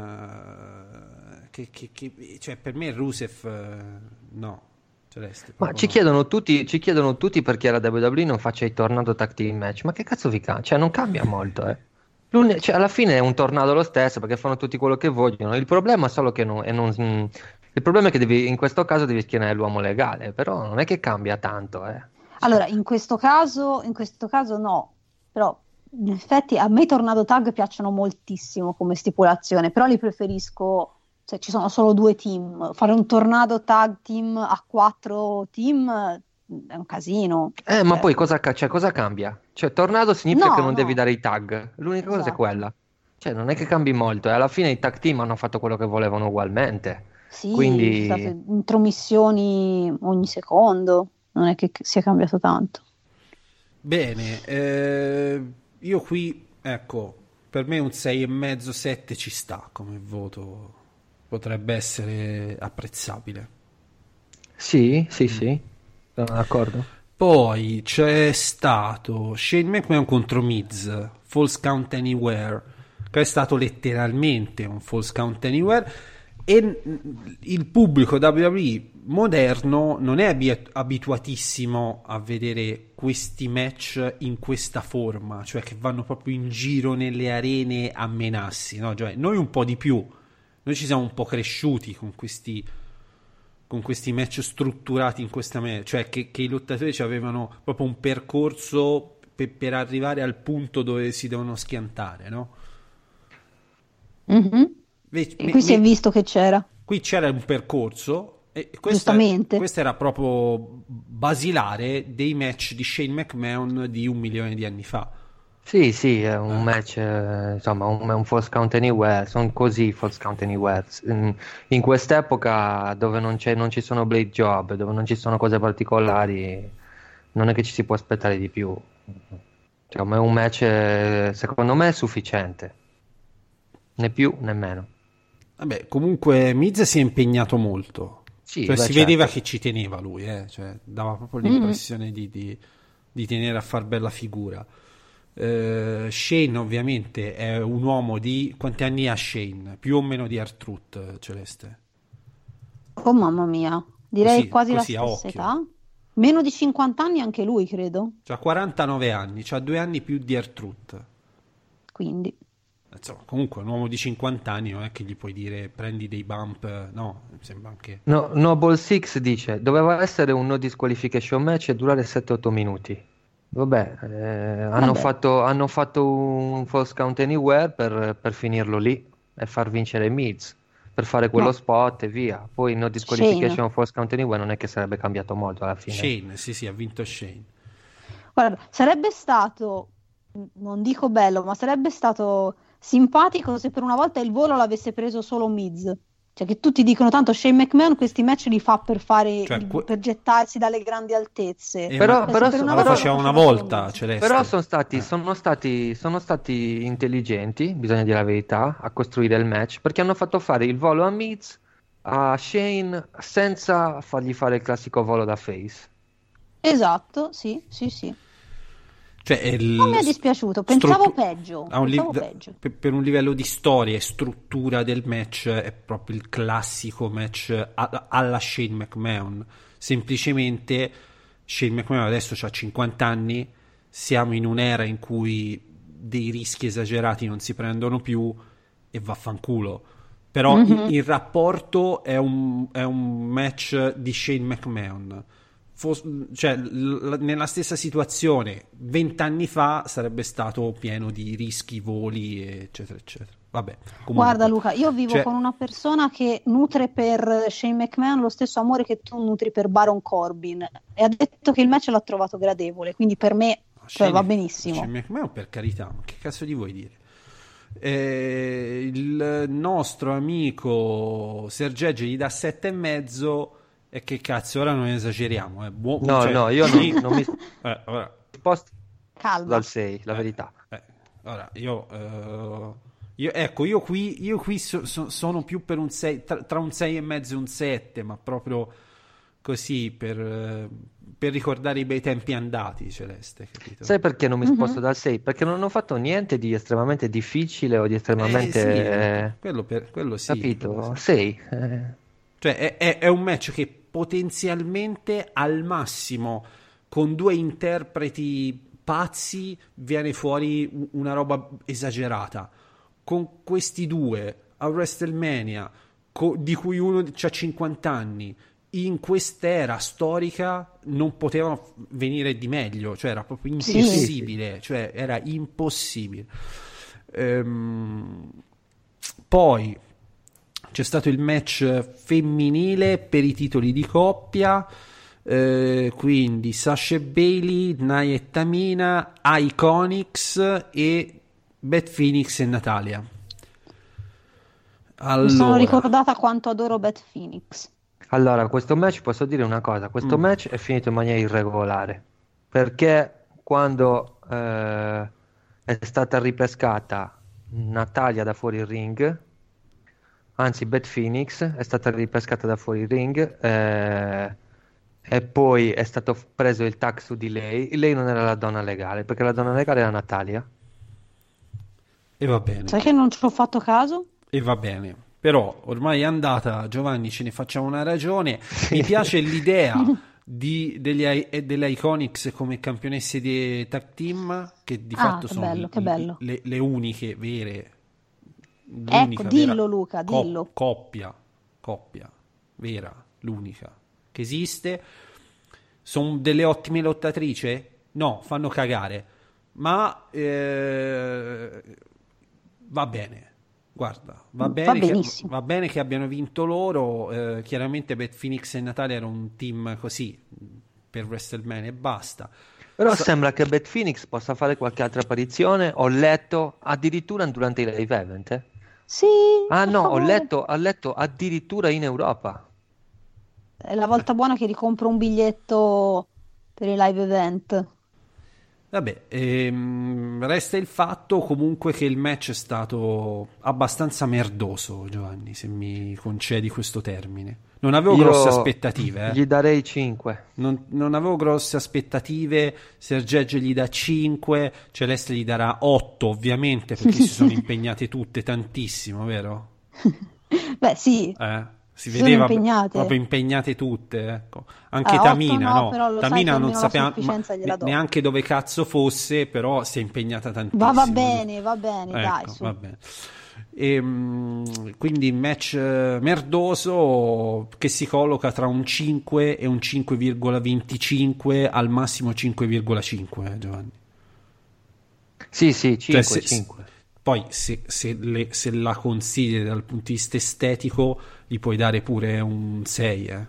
eh, che, che- che- cioè, per me Rusev, eh, no, Celeste, Ma proprio ci no. chiedono tutti, ci chiedono tutti perché la W W E non faccia i tornado tag team match. Ma che cazzo vi cambia? Cioè, non cambia molto, eh. L'uni- cioè, alla fine è un tornado lo stesso perché fanno tutti quello che vogliono. Il problema è solo che non, è non- mm, il problema è che devi, in questo caso devi schienare l'uomo legale, però non è che cambia tanto, eh. Allora, in questo caso, in questo caso no, però in effetti a me i Tornado Tag piacciono moltissimo come stipulazione, però li preferisco, se ci sono solo due team, fare un Tornado Tag team a quattro team eh, è un casino. Eh, ma Cioè, poi cosa, ca- cioè, cosa cambia? Cioè, tornado significa No, che non no. devi dare i tag. L'unica cosa è Esatto. quella. Cioè, non è che cambi molto. E alla fine i tag team hanno fatto quello che volevano ugualmente. Sì, Quindi- state intromissioni ogni secondo, non è che sia cambiato tanto. Bene, eh, io qui, ecco, per me un sei e mezzo sette ci sta come voto, potrebbe essere apprezzabile. Sì, sì, sì. Sono d'accordo. Poi c'è stato Shane McMahon contro Miz, False Count Anywhere, che è stato letteralmente un False Count Anywhere, e mm, il pubblico W W E moderno non è abi- abituatissimo a vedere questi match in questa forma, cioè che vanno proprio in giro nelle arene a menarsi, no? Cioè, noi un po' di più, noi ci siamo un po' cresciuti con questi con questi match strutturati in questa me- cioè che, che i lottatori ci avevano proprio un percorso pe- per arrivare al punto dove si devono schiantare, no? Mhm. Ve- E me- qui si è me- visto che c'era. qui c'era un percorso e questa, Giustamente. questo era proprio basilare dei match di Shane McMahon di un milione di anni fa. Sì, sì, è un Eh. match, eh, insomma, un, un False Count Anywhere, sono così False Count Anywhere. In, in quest'epoca dove non c'è, non ci sono blade job, dove non ci sono cose particolari, non è che ci si può aspettare di più. Cioè, ma è un match, eh, secondo me, sufficiente, né più né meno. Vabbè, comunque Miz si è impegnato molto. Sì, Cioè, beh, si certo. vedeva che ci teneva lui, eh? Cioè, dava proprio l'impressione di, di- di tenere a far bella figura. Eh, Shane ovviamente è un uomo di... Quanti anni ha Shane? Più o meno di R-Truth, Celeste? Oh mamma mia, direi Così- quasi così, la a stessa occhio. età. Meno di cinquanta anni anche lui, credo. C'ha quarantanove anni, c'ha due anni più di R-Truth. Quindi, Insomma, comunque un uomo di cinquanta anni non è che gli puoi dire prendi dei bump, no, mi sembra anche... No, Noble Six dice, doveva essere un no disqualification match e durare sette otto minuti. Vabbè, eh, hanno Vabbè. fatto, hanno fatto un False Count Anywhere per, per finirlo lì e far vincere Miz, per fare quello No. spot e via. Poi no disqualification Shane. False Count Anywhere non è che sarebbe cambiato molto alla fine. Shane, sì sì, ha vinto Shane. guarda, sarebbe stato, non dico bello, ma sarebbe stato simpatico se per una volta il volo l'avesse preso solo Miz. Cioè che tutti dicono tanto Shane McMahon questi match li fa per fare Cioè, il- que- per gettarsi dalle grandi altezze. Eh, Però- ma- Cioè, però se per so- una ma lo volta faceva lo una faceva solo volta, Miz. Celeste. Però sono stati, Eh. sono stati, sono stati intelligenti, bisogna dire la verità, a costruire il match, perché hanno fatto fare il volo a Miz, a Shane, senza fargli fare il classico volo da face. Esatto, sì, sì, sì. Cioè, è il- Non mi è dispiaciuto, pensavo struttu- peggio, a un li- pensavo da- peggio. per, per un livello di storia e struttura del match è proprio il classico match a- alla Shane McMahon. Semplicemente Shane McMahon adesso ha cinquanta anni, siamo in un'era in cui dei rischi esagerati non si prendono più e vaffanculo. Però il, il rapporto è un, è un match di Shane McMahon. Fos- cioè, l- nella stessa situazione vent'anni fa sarebbe stato pieno di rischi, voli, eccetera, eccetera. Vabbè, comunque. Guarda Luca, io vivo Cioè, con una persona che nutre per Shane McMahon lo stesso amore che tu nutri per Baron Corbin e ha detto che il match l'ha trovato gradevole, quindi per me cioè, Shane- va benissimo. Shane McMahon, per carità, ma che cazzo di vuoi dire? Eh, il nostro amico Sergegge gli dà sette e mezzo. E che cazzo, ora non esageriamo. Eh. Buon- No, cioè, no, io non, sì. non mi Eh, ora, sposto Calma. dal sei, la verità. eh, ora, io, eh, io- ecco, io qui, io qui so- so- sono più per un sei, tra, tra un sei e mezzo e un sette, ma proprio così per, eh, per ricordare i bei tempi andati, Celeste, capito? Sai perché non mi sposto dal sei? Perché non hanno fatto niente di estremamente difficile o di Eh, estremamente... sì, eh, quello, per, quello sì. capito? quello sì. sei. eh. Cioè, è, è- è un match che potenzialmente al massimo con due interpreti pazzi viene fuori u- una roba esagerata. Con questi due a WrestleMania, co- di cui uno ha cinquanta anni, in quest'era storica non potevano f- venire di meglio, cioè era proprio Sì. impossibile, cioè era impossibile. Ehm, poi c'è stato il match femminile per i titoli di coppia, eh, quindi Sasha Bailey, Nia e Tamina, Iconics e Beth Phoenix e Natalia. Mi sono Allora, ricordata quanto adoro Beth Phoenix. Allora, questo match posso dire una cosa, questo Mm. match è finito in maniera irregolare, perché quando eh, è stata ripescata Natalia da fuori il ring, anzi Beth Phoenix è stata ripescata da fuori il ring, eh, e poi è stato f- preso il tag su di lei, lei non era la donna legale, perché la donna legale era Natalia. e va bene. Sai che non ci ho fatto caso? E va bene, però ormai è andata, Giovanni, ce ne facciamo una ragione. Mi piace l'idea di, degli, I- e delle Iconics come campionesse di tag team, che di Ah, fatto che sono bello, che l- bello. Le, le uniche vere. Ecco, dillo, vera Luca, cop- dillo. coppia, coppia vera, l'unica che esiste. Sono delle ottime lottatrici? No, fanno cagare, ma eh, va bene. Guarda, va Va bene, che, benissimo. va bene che abbiano vinto loro. eh, chiaramente Beth Phoenix e Natalia era un team così per WrestleMania e basta. Però Però Sa- sembra che Beth Phoenix possa fare qualche altra apparizione. Ho letto addirittura durante i live event. eh. Sì, Ah per no, ho favore. letto, ho letto addirittura in Europa. È la volta buona che ricompro un biglietto per i live event. Vabbè, ehm, resta il fatto comunque che il match è stato abbastanza merdoso, Giovanni, se mi concedi questo termine. Non avevo Io grosse aspettative, eh. Gli darei cinque. Non, non avevo grosse aspettative. Sergegge gli dà cinque, Celeste gli darà otto, ovviamente, perché si sono impegnate tutte tantissimo, vero? Beh, sì, Eh, si si sono vedeva impegnate. proprio impegnate tutte, ecco. Anche Eh, otto Tamina, no, no? però lo sai Tamina che non almeno la sapeva ma- sufficienza gliela ne- do. neanche dove cazzo fosse, però si è impegnata tantissimo. Va, va bene, va bene, dai, Ecco, su. va bene. Ehm, quindi match eh, merdoso che si colloca tra un cinque e un cinque virgola venticinque, al massimo cinque virgola cinque, eh, Giovanni. Sì, sì, Cioè, cinque, se- cinque. Poi se, se le- se la consideri dal punto di vista estetico, gli puoi dare pure un sei. eh.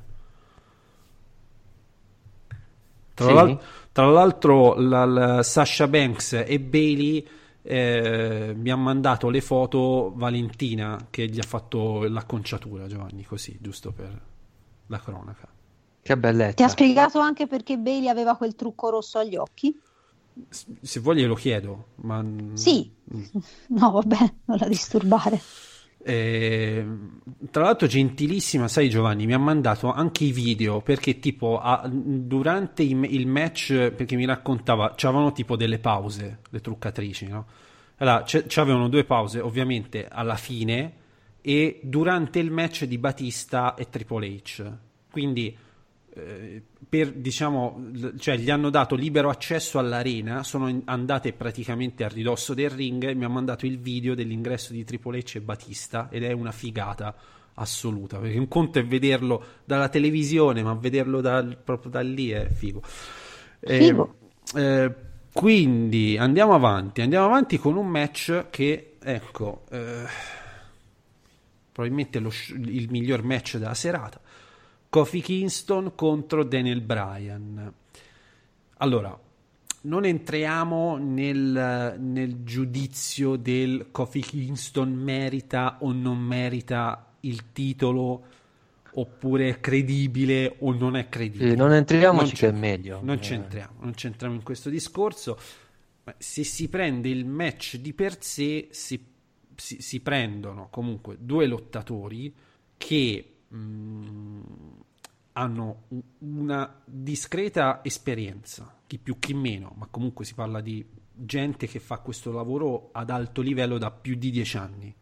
Tra, Sì? l'al- tra l'altro, la, la Sasha Banks e Bailey eh, mi ha mandato le foto Valentina che gli ha fatto l'acconciatura, Giovanni, così, giusto per la cronaca. Che bellezza. Ti ha spiegato anche perché Bailey aveva quel trucco rosso agli occhi? S- Se vuoi glielo chiedo, ma... Sì. No, vabbè, non la disturbare. Eh, tra l'altro gentilissima, sai Giovanni, mi ha mandato anche i video perché tipo a- durante i- il match, perché mi raccontava, c'avevano tipo delle pause, le truccatrici, no? Allora, c'è- c'avevano due pause ovviamente alla fine e durante il match di Batista e Triple H, quindi eh, per diciamo, l- cioè gli hanno dato libero accesso all'arena, sono in- andate praticamente a ridosso del ring e mi ha mandato il video dell'ingresso di Triple H e Batista ed è una figata assoluta, perché un conto è vederlo dalla televisione, ma vederlo dal- proprio da lì è figo. Eh, Figo. eh, quindi andiamo avanti, andiamo avanti con un match che, ecco, eh, probabilmente lo sh- il miglior match della serata. Kofi Kingston contro Daniel Bryan. Allora, non entriamo nel, nel giudizio del Kofi Kingston merita o non merita il titolo, oppure è credibile o non è credibile. Sì, non entriamoci Non che è c'è- meglio. Non Eh. c'entriamo, non c'entriamo in questo discorso. Ma se si prende il match di per sé, si, si- si prendono comunque due lottatori che mh, hanno u- una discreta esperienza, chi più chi meno, ma comunque si parla di gente che fa questo lavoro ad alto livello da più di dieci anni.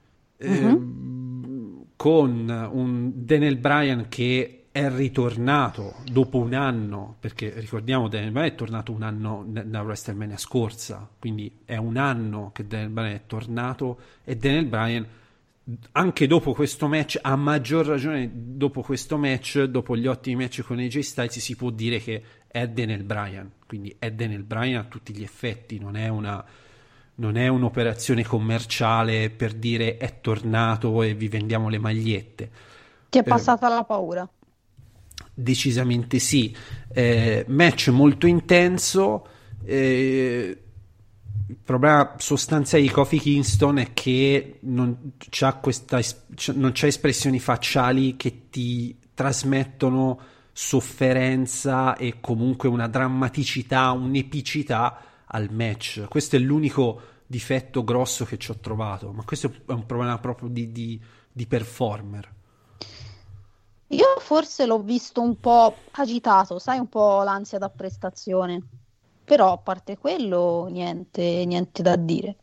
Ehm, con un Daniel Bryan che è ritornato dopo un anno, perché ricordiamo Daniel Bryan è tornato un anno n- nella WrestleMania scorsa, quindi è un anno che Daniel Bryan è tornato e Daniel Bryan anche dopo questo match, a maggior ragione dopo questo match, dopo gli ottimi match con A J Styles, si può dire che è Daniel Bryan, quindi è Daniel Bryan a tutti gli effetti, non è una non è un'operazione commerciale per dire è tornato e vi vendiamo le magliette. Ti è Eh, passata la paura. Decisamente sì. Eh, match molto intenso. eh, il problema sostanziale di Kofi Kingston è che non c'ha questa es- c'ha- non c'ha espressioni facciali che ti trasmettono sofferenza e comunque una drammaticità, un'epicità al match. Questo è l'unico difetto grosso che ci ho trovato, ma questo è un problema proprio di, di, di performer. Io forse l'ho visto un po' agitato, sai, un po' l'ansia da prestazione. Però a parte quello, niente, niente da dire.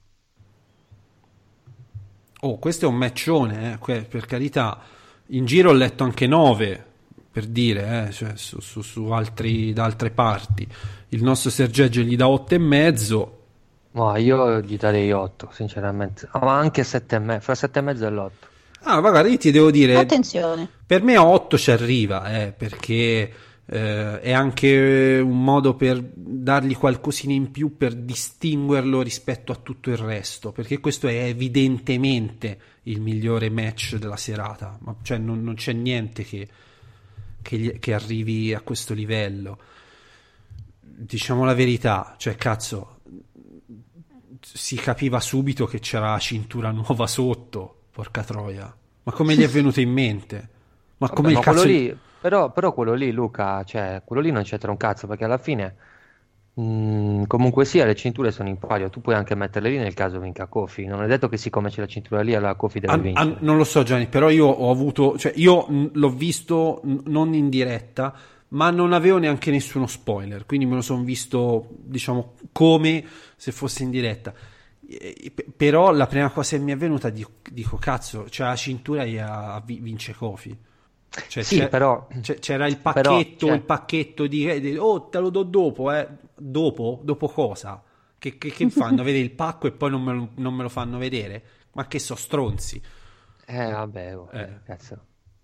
Oh, questo è un matchone, eh, que- per carità. In giro ho letto anche nove, per dire, eh, cioè su, su, su altri, da altre parti. Il nostro Sergegge gli dà otto e mezzo. Ma io gli darei otto, sinceramente. Ah, ma anche sette e mezzo, fra sette e mezzo e l'otto. Ah, magari io ti devo dire, Attenzione. per me a otto ci arriva, eh, perché eh, è anche un modo per dargli qualcosina in più per distinguerlo rispetto a tutto il resto, perché questo è evidentemente il migliore match della serata, ma cioè non, non c'è niente che, che, gli- che arrivi a questo livello. diciamo la verità, cioè cazzo, si capiva subito che c'era la cintura nuova sotto, porca troia. Ma come gli è venuto in mente? Ma Vabbè, come il ma cazzo quello gli- lì, però, però quello lì, Luca, cioè, quello lì non c'entra un cazzo, perché alla fine, mh, comunque sia, le cinture sono in palio. Tu puoi anche metterle lì nel caso vinca Kofi. Non è detto che siccome c'è la cintura lì, allora Kofi deve Ah, vincere. ah, non lo so Gianni, però io ho avuto, cioè io mh, l'ho visto mh, non in diretta, ma non avevo neanche nessuno spoiler, quindi me lo sono visto, diciamo, come se fosse in diretta. Eh, p- Però la prima cosa che mi è venuta, dico, dico cazzo, c'è la cintura e a- vi- vince Kofi. Cioè, Sì, c'è- però, c'è- c'era il però, pacchetto, cioè, il pacchetto di, di- oh, te lo do dopo, eh. Dopo? Dopo cosa? Che, che- che fanno? Vedere il pacco e poi non me lo, non me lo fanno vedere? Ma che so, stronzi. eh, vabbè, oh, Eh. cazzo.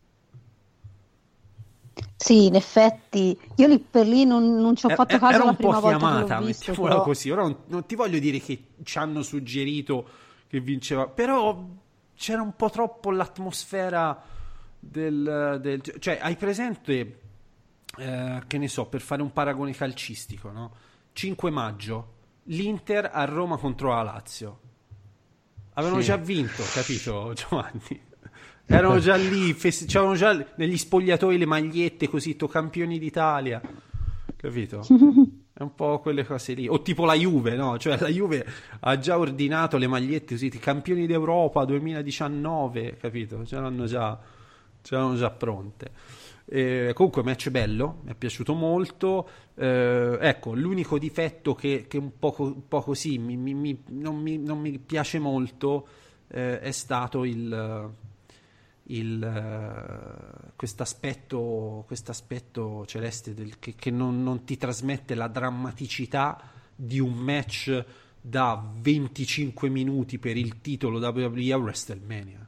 Sì, in effetti, io lì per lì non, non ci ho Eh, fatto eh, caso era la un prima po' volta che chiamata, l'ho visto, mettiamola però... così. Ora non, non ti voglio dire che ci hanno suggerito che vinceva, però c'era un po' troppo l'atmosfera del, del- cioè, hai presente, eh, che ne so, per fare un paragone calcistico, no? cinque maggio, l'Inter a Roma contro la Lazio. Avevano Sì. già vinto, capito, Giovanni? Erano già lì, fest- c'erano già negli spogliatoi le magliette così, to campioni d'Italia, capito? È un po' quelle cose lì. O tipo la Juve, no? Cioè la Juve ha già ordinato le magliette così, campioni d'Europa duemiladiciannove, capito? C'erano già, c'erano già pronte. Eh, comunque match bello, mi è piaciuto molto. Eh, ecco, l'unico difetto che, che un po', un po' così mi, mi- mi- non, mi, non mi piace molto eh, è stato il il, eh, quest'aspetto, quest'aspetto celeste del- che, che non, non ti trasmette la drammaticità di un match da venticinque minuti per il titolo W W E a WrestleMania.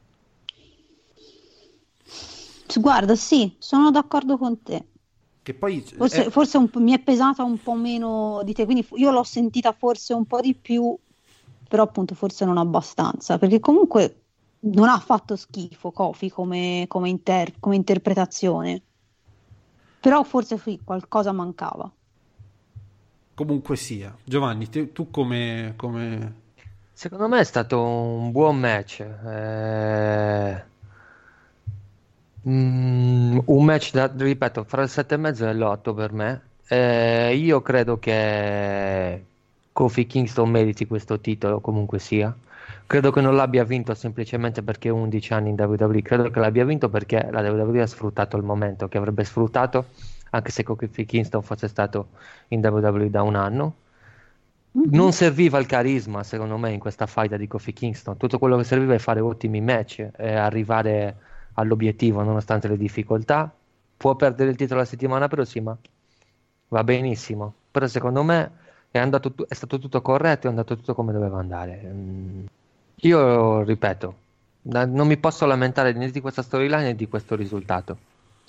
Guarda, sì, sono d'accordo con te. Che poi Forse, eh, forse un po- mi è pesata un po' meno di te, quindi fu- io l'ho sentita forse un po' di più, però appunto forse non abbastanza, perché comunque non ha fatto schifo Kofi come, come, inter- come interpretazione, però forse sì, qualcosa mancava. comunque sia. Giovanni, te- tu come, come... Secondo me è stato un buon match. eh, mm, un match da, ripeto, fra il sette e mezzo e l'otto per me. Eh, io credo che Kofi Kingston meriti questo titolo comunque sia. Credo che non l'abbia vinto semplicemente perché ha undici anni in W W E. Credo che l'abbia vinto perché la W W E ha sfruttato il momento che avrebbe sfruttato anche se Kofi Kingston fosse stato in W W E da un anno. Non serviva il carisma, secondo me, in questa faida di Kofi Kingston. Tutto quello che serviva è fare ottimi match e arrivare all'obiettivo nonostante le difficoltà. Può perdere il titolo la settimana prossima, va benissimo. Però secondo me è andato tu- è stato tutto corretto, è andato tutto come doveva andare. Mm, Io ripeto, da- non mi posso lamentare né di questa storyline né di questo risultato.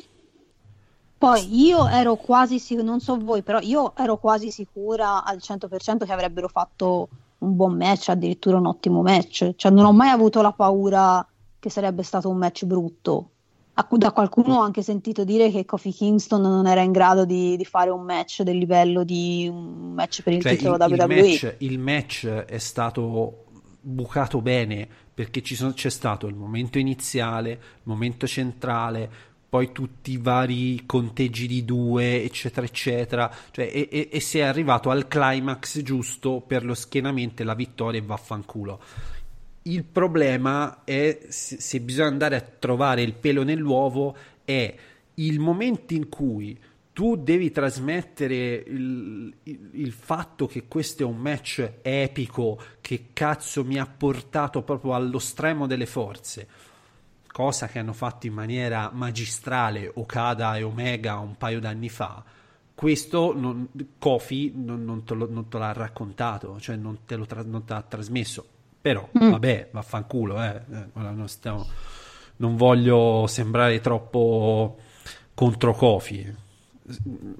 Poi io ero quasi sicura, non so voi, però io ero quasi sicura al cento per cento che avrebbero fatto un buon match, addirittura un ottimo match. Cioè non ho mai avuto la paura che sarebbe stato un match brutto. A cu- Da qualcuno ho anche sentito dire che Kofi Kingston non era in grado di, di fare un match del livello di un match per il Cioè, titolo il, il W W E. match, il match è stato bucato bene perché ci sono- c'è stato il momento iniziale, il momento centrale, poi tutti i vari conteggi di due, eccetera, eccetera. Cioè, e, e- e si è arrivato al climax giusto per lo schienamento e la vittoria e vaffanculo. Il problema è, se, se bisogna andare a trovare il pelo nell'uovo, è il momento in cui tu devi trasmettere il, il- il fatto che questo è un match epico, che cazzo mi ha portato proprio allo stremo delle forze, cosa che hanno fatto in maniera magistrale Okada e Omega un paio d'anni fa. Questo non, Kofi non, non te lo- non te l'ha raccontato, cioè non te lo tra- non te l'ha trasmesso. Però, Mm. vabbè, vaffanculo, eh. Eh, ora non, stiamo, non voglio sembrare troppo contro Kofi.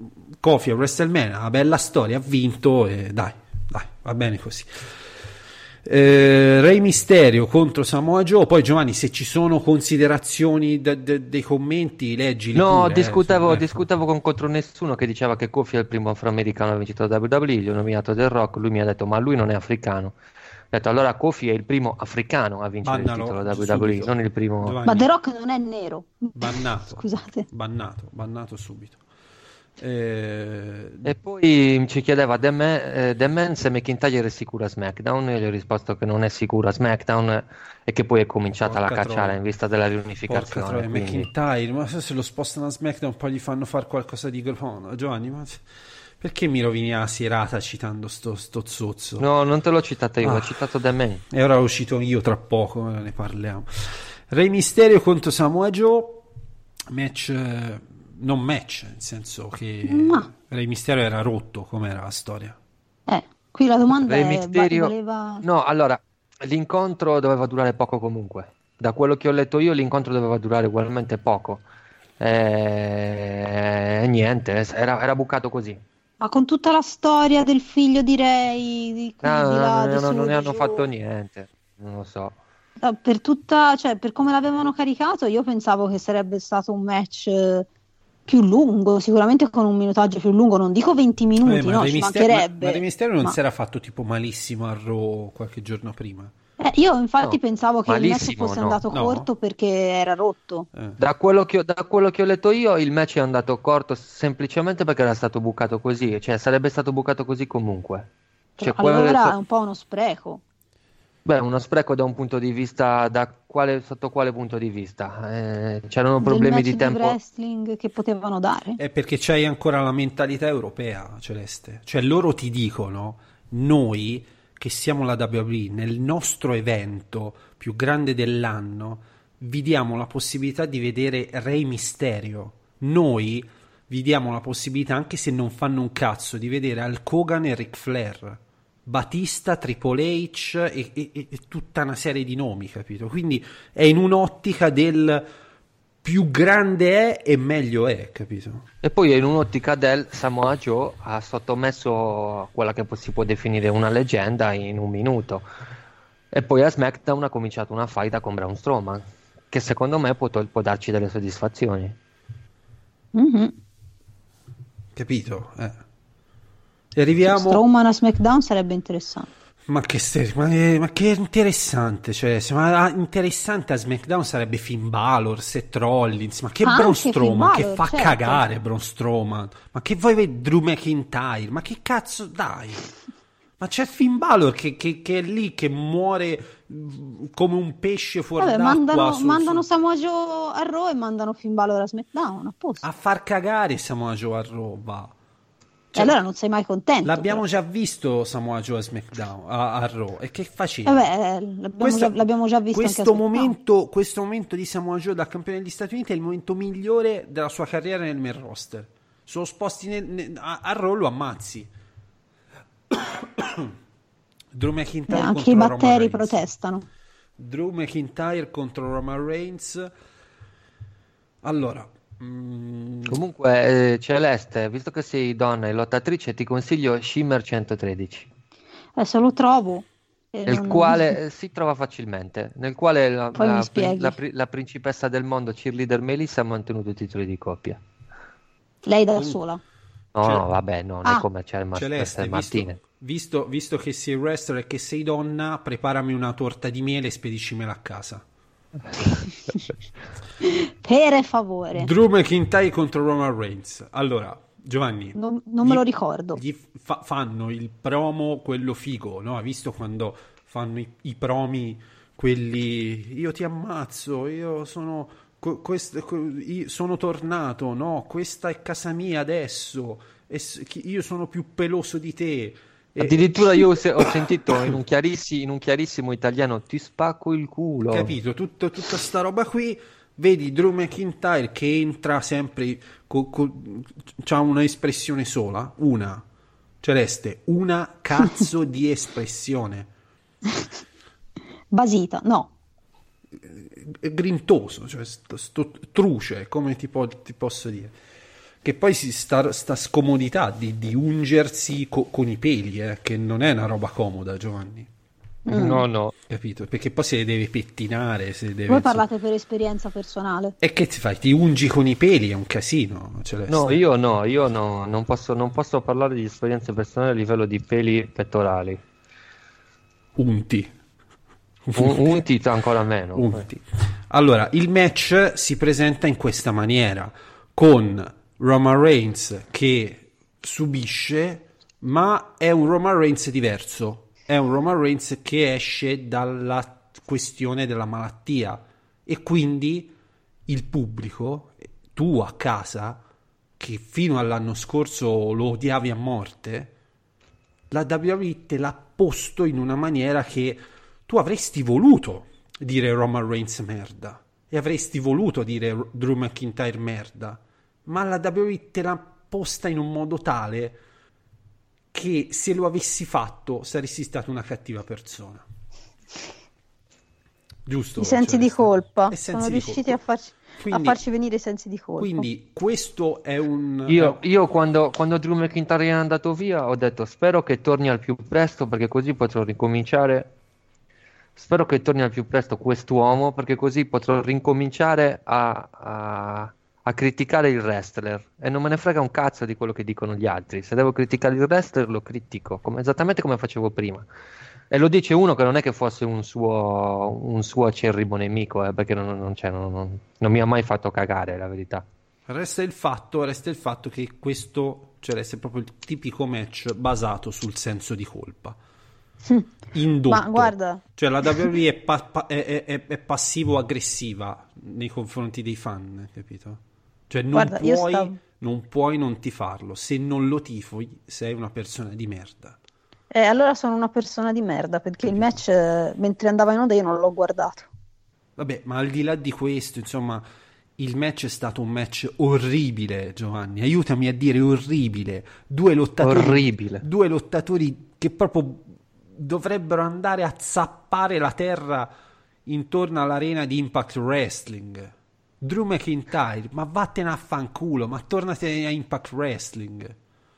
Kofi a WrestleMania, una bella storia, ha vinto e dai, dai, va bene così. Eh, Rey Mysterio contro Samoa Joe. Poi Giovanni, se ci sono considerazioni de- de- dei commenti, leggili No, pure, discutevo, eh, discutevo con contro nessuno che diceva che Kofi è il primo afroamericano a vincere la W W E, gli ho nominato The Rock, lui mi ha detto ma lui non è africano. Ho detto allora Kofi è il primo africano a vincere Bannalo il titolo W W E, subito. non il primo. Giovanni, Ma The Rock non è nero. bannato, Scusate. bannato, bannato subito. Eh, E poi ci chiedeva The Man, eh, The Man se McIntyre è sicuro a SmackDown, e gli ho risposto che non è sicuro a SmackDown e che poi è cominciata Porca la cacciara troia. in vista della Porca riunificazione. troia, Quindi... McIntyre, ma se lo spostano a SmackDown poi gli fanno fare qualcosa di grosso. Giovanni, ma perché mi rovini la serata citando sto, sto zozzo? No, non te l'ho citato io, Ah. l'ho citato The Man. E ora lo cito io tra poco, ne parliamo. Rey Mysterio contro Samoa Joe, match, eh, non match, nel senso che Ma- Rey Mysterio era rotto, com'era la storia? Eh, qui la domanda Rey è: Mysterio- voleva... No, allora, l'incontro doveva durare poco comunque. Da quello che ho letto io, l'incontro doveva durare ugualmente poco. E niente, era, era bucato così. Ma con tutta la storia del figlio di Rey, di qui, No, di là, no, di no, su, non ne di hanno giù. fatto niente, non lo so. Ah, per tutta, cioè, per come l'avevano caricato, io pensavo che sarebbe stato un match eh, più lungo, sicuramente con un minutaggio più lungo, non dico venti minuti, Eh, ma no, Rey ci Mysterio, ma, mancherebbe. ma Rey Mysterio non Ma- si era fatto tipo malissimo a Raw qualche giorno prima? Eh, io infatti No, pensavo che il match malissimo, fosse no. andato No. corto perché era rotto. Eh. Da quello che ho, da quello che ho letto io, il match è andato corto semplicemente perché era stato bucato così, cioè sarebbe stato bucato così comunque. Cioè, Però allora quello- è un po' uno spreco. Beh, uno spreco da un punto di vista, da quale, sotto quale punto di vista? Eh, c'erano Del problemi match di tempo. wrestling che potevano dare. È perché c'hai ancora la mentalità europea, Celeste. Cioè loro ti dicono, noi che siamo la W W E, nel nostro evento più grande dell'anno, vi diamo la possibilità di vedere Rey Mysterio. Noi vi diamo la possibilità, anche se non fanno un cazzo, di vedere Hulk Hogan e Ric Flair, Batista, Triple H e, e- e tutta una serie di nomi, capito? Quindi è in un'ottica del più grande è e meglio è, capito? E poi in un'ottica del Samoa Joe ha sottomesso quella che si può definire una leggenda in un minuto. E poi a SmackDown ha cominciato una faida con Braun Strowman, che secondo me può, può darci delle soddisfazioni. Mhm. Capito? Eh. E arriviamo... Strowman a SmackDown sarebbe interessante. Ma che, ser- ma, che- ma che interessante, cioè, se- ma ah, interessante a SmackDown sarebbe Finn Balor, Seth Rollins, ma che Ah, Braun anche Finn Strowman, che Balor, fa certo. cagare Braun Strowman, ma che vuoi vedere Drew McIntyre, ma che cazzo, dai, ma c'è Finn Balor che, che- che è lì, che muore mm, come un pesce fuori Vabbè, d'acqua mandano, su- mandano su- Samoa Joe a Raw e mandano Finn Balor a SmackDown, a posto. a far cagare Samoa Joe a Raw, va. E allora non sei mai contento. L'abbiamo però. già visto Samoa Joe a SmackDown, a, a Raw, e che faceva? Vabbè, eh, l'abbiamo, Questo- già, l'abbiamo già visto questo anche a SmackDown. momento, questo momento di Samoa Joe da campione degli Stati Uniti è il momento migliore della sua carriera nel main roster. Sono sposti nel- nel- a, a Raw, lo ammazzi. Drew Eh, McIntyre anche contro i Roman batteri Reigns. protestano. Drew McIntyre contro Roman Reigns. Allora, mm, Comunque, eh, Celeste, visto che sei donna e lottatrice, ti consiglio Shimmer centotredici, Adesso lo trovo. e nel non- quale eh, si trova facilmente, nel quale la, Poi mi la- spieghi. la pri- la principessa del mondo, cheerleader Melissa, ha mantenuto i titoli di coppia. Lei da sola. No, Cioè- no, vabbè, no, non Ah. è come c'è il Master Celeste, visto, Martine. visto, visto che sei wrestler e che sei donna, preparami una torta di miele e spedicimela a casa. Per favore. Drew McIntyre contro Roman Reigns. Allora, Giovanni, Non, non me lo gli- ricordo. gli fa- fanno il promo, quello figo, no? Hai visto quando fanno i, i promi, quelli io ti ammazzo, io sono co- quest- co- io sono tornato, no? Questa è casa mia adesso, e s- chi- io sono più peloso di te. E- Addirittura io ho se- ho sentito in un, chiarissi- in un chiarissimo italiano ti spacco il culo. Capito? Tutto- tutta sta roba qui. Vedi Drew McIntyre che entra sempre, co- co- c'ha una espressione sola, una, Celeste, una cazzo di espressione, Basita, no. è grintoso, cioè sto, sto truce, come ti, po- ti posso dire, che poi si sta, sta scomodità di, di ungersi co- con i peli, eh, che non è una roba comoda, Giovanni. Mm. No, no. Capito? Perché poi se le deve pettinare, se deve, Voi insomma- parlate per esperienza personale. E che ti fai? Ti ungi con i peli, è un casino. Celeste. No, io no, io no, non posso, non posso parlare di esperienze personali a livello di peli pettorali. Unti. Un, unti ancora meno. Unti. Allora, il match si presenta in questa maniera, con Roman Reigns che subisce, ma è un Roman Reigns diverso. È un Roman Reigns che esce dalla questione della malattia e quindi il pubblico, tu a casa, che fino all'anno scorso lo odiavi a morte, la W W E te l'ha posto in una maniera che tu avresti voluto dire Roman Reigns merda e avresti voluto dire Drew McIntyre merda, ma la W W E te l'ha posta in un modo tale che se lo avessi fatto saresti stato una cattiva persona. Giusto? I sensi Cioè, di colpa e sensi sono di riusciti colpa. a farci, Quindi- a farci venire i sensi di colpa. Quindi questo è un... Io, io quando, quando Drew McIntyre è andato via ho detto spero che torni al più presto perché così potrò ricominciare. Spero che torni al più presto quest'uomo perché così potrò ricominciare a, a, a criticare il wrestler e non me ne frega un cazzo di quello che dicono gli altri. Se devo criticare il wrestler lo critico, come, esattamente come facevo prima. E lo dice uno che non è che fosse un suo, un suo acerrimo nemico, eh, perché non, non, cioè, non, non, non mi ha mai fatto cagare, la verità. Resta il fatto, resta il fatto che questo, cioè resta proprio il tipico match basato sul senso di colpa. Indotto. Ma guarda, Cioè la W W E è, pa- pa- è- è- è passivo-aggressiva nei confronti dei fan, capito? Cioè non Guarda, io puoi, stavo- non puoi non tifarlo. Se non lo tifo, sei una persona di merda. eh, allora sono una persona di merda perché il match eh, mentre andava in onda io non l'ho guardato. Vabbè, ma al di là di questo, insomma, il match è stato un match orribile, Giovanni. Aiutami a dire orribile. Due lottatori, Orribile. due lottatori che proprio dovrebbero andare a zappare la terra intorno all'arena di Impact Wrestling. Drew McIntyre, ma vattene a fanculo, ma tornate a Impact Wrestling.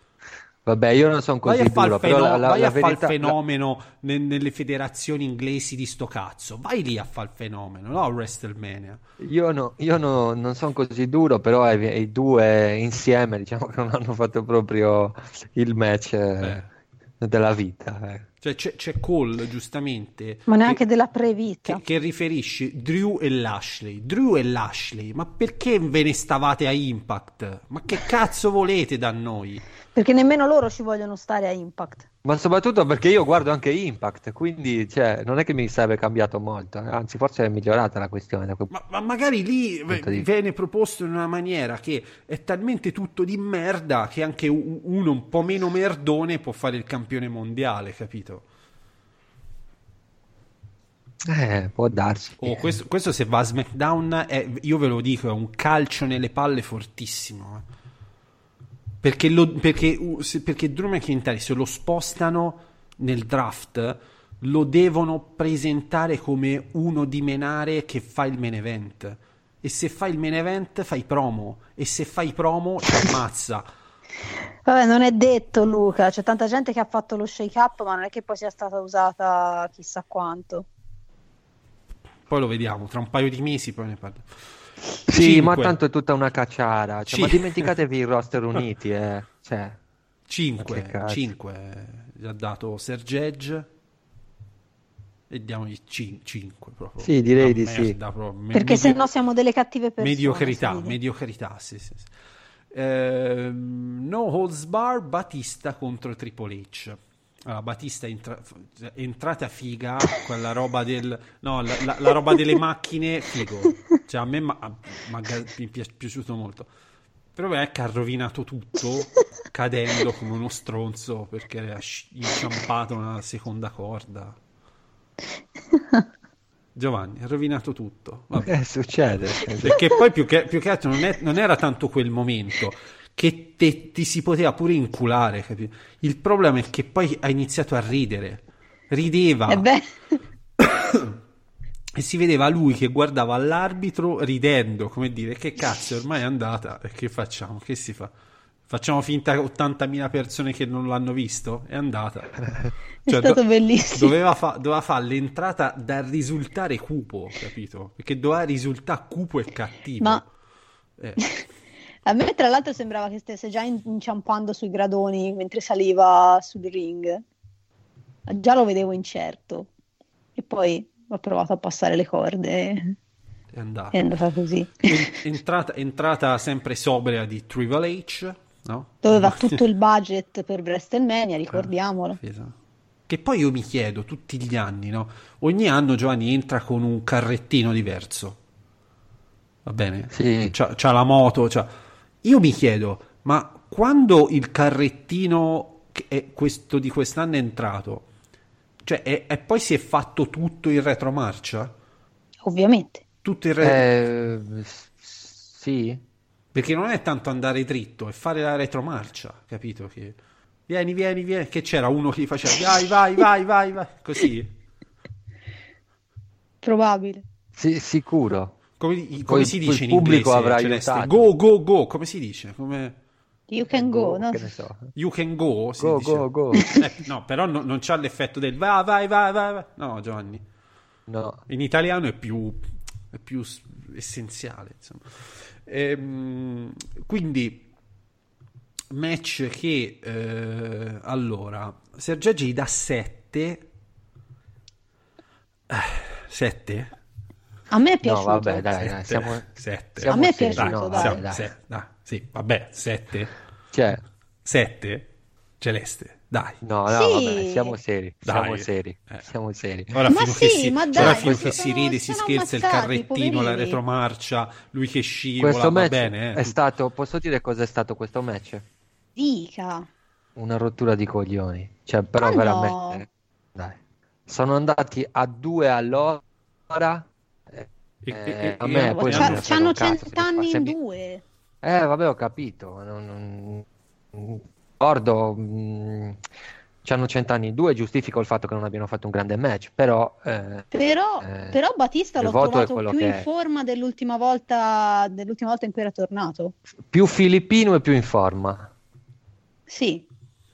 Vabbè, io non sono Vai così a fare duro, il, però feno- la, la, vai la a fare il verità, la- fenomeno ne- nelle federazioni inglesi di sto cazzo. Vai lì a fare il fenomeno, no? A WrestleMania. io, no- io no- non sono così duro, però i, i due insieme diciamo che non hanno fatto proprio il match eh, della vita. eh. Cioè c'è, c'è Cole, giustamente, Ma neanche che, della previta. che, che riferisce Drew e Lashley. Drew e Lashley, ma perché ve ne stavate a Impact? Ma che cazzo volete da noi? Perché nemmeno loro ci vogliono stare a Impact. Ma soprattutto perché io guardo anche Impact, quindi cioè, non è che mi sarebbe cambiato molto, eh, anzi forse è migliorata la questione. da quel- Ma, ma magari lì ve- Punto di- viene proposto in una maniera che è talmente tutto di merda che anche u- uno un po' meno merdone può fare il campione mondiale, capito? Eh, può darsi. Oh, questo, questo se va a SmackDown, è, io ve lo dico, è un calcio nelle palle fortissimo. eh. Perché, lo, perché, uh, se- perché Drew McIntyre, se lo spostano nel draft, lo devono presentare come uno di menare che fa il main event. E se fa il main event, fai promo. E se fai promo, ti ammazza. Vabbè, non è detto, Luca. C'è tanta gente che ha fatto lo shake up, ma non è che poi sia stata usata chissà quanto. Poi lo vediamo, tra un paio di mesi poi ne parliamo. Sì, Cinque. ma tanto è tutta una cacciara. Cioè, Sì. ma dimenticatevi i roster uniti, eh. Cioè, Ma che cinque, cazzo. cinque gli ha dato Serge Edge e diamogli cinque proprio. Sì, direi Una di sì. merda, proprio. Me- Perché se medio- no siamo delle cattive persone. mediocrità, sì. mediocrità, sì, sì, sì. Ehm, no holds bar, Batista contro Triple H. Allora, Batista è entra- è entrata figa, quella roba del no, la, la- la roba delle macchine, figo. Cioè a me ma- a- maga- mi è pi- piaciuto molto. Però è che ha rovinato tutto cadendo come uno stronzo perché ha sci- inciampato una seconda corda. Giovanni, ha rovinato tutto. Vabbè. eh, succede. Perché poi più che, più che altro non, è- non era tanto quel momento che te- ti si poteva pure inculare, capito? Il problema è che poi ha iniziato a ridere, rideva E beh, e si vedeva lui che guardava all'arbitro ridendo, come dire che cazzo ormai è andata e che facciamo? Che si fa? Facciamo finta che ottantamila persone che non l'hanno visto? È andata. È Cioè, stato do- bellissimo. Doveva, fa- doveva fare l'entrata da risultare cupo, capito? Perché doveva risultare cupo e cattivo. Ma Eh, a me tra l'altro sembrava che stesse già in- inciampando sui gradoni mentre saliva sul ring. Già lo vedevo incerto. E poi ho provato a passare le corde. è andata. È andata così. En- entrata, entrata sempre sobria di Triple H, no? Doveva tutto il budget per WrestleMania, ricordiamolo. Esatto. Che poi io mi chiedo tutti gli anni, no? Ogni anno Giovanni entra con un carrettino diverso. Va bene? Sì. C'ha, c'ha la moto, c'ha... Io mi chiedo, ma quando il carrettino che è questo di quest'anno è entrato, cioè e, e poi si è fatto tutto in retromarcia? Ovviamente. Tutto il re- Eh, s- sì. Perché non è tanto andare dritto, è fare la retromarcia, capito? Che vieni, vieni, vieni, che c'era uno che gli faceva vai, vai, vai, vai, vai, così. Probabile. Sì, sicuro. Come, come Poi- si poi dice il in pubblico inglese? avrà Celeste? aiutato. Go, go, go, come si dice? Come... You can go, no? Che ne so. You can go, si Go, dice. go, go. Eh, no, però no- non c'ha l'effetto del vai, vai, vai, vai, vai. No, Giovanni. No. In italiano è più, è più s- essenziale, insomma. Ehm, quindi match che eh, allora Sergei gli dà sette sette A me è No, piaciuto. vabbè, dai, dai, siamo, sette siamo A me è seri, piaciuto, no, dai. siamo, dai. se- dai, sì, vabbè, sette Cioè, sette Celeste, dai. no, no, Sì. vabbè, siamo seri, Dai. siamo seri, Eh. siamo seri. Ora Ma fino sì, che si, ma ora dai, fino si che si sono- ride, si si sono scherza, il ammazzati, carrettino, la poverini. retromarcia, lui che scivola, Questo va match bene, eh. è stato, posso dire cosa è stato questo match? Dica. Una rottura di coglioni. Cioè, però Ma no. veramente, dai. Sono andati a due all'ora. Eh, E- eh, e- a e- me e- poi e- non me C'ha- ne frega C'hanno un cazzo, se cent'anni mi fa- se in mi- due. Eh, vabbè, ho capito. Non, non, non ricordo. mh, c'hanno cent'anni in due, giustifico il fatto che non abbiano fatto un grande match, però eh, Però, eh, però Battista il l'ho voto è trovato quello più che in è. forma dell'ultima volta, dell'ultima volta in cui era tornato. più filippino e più in forma. Sì.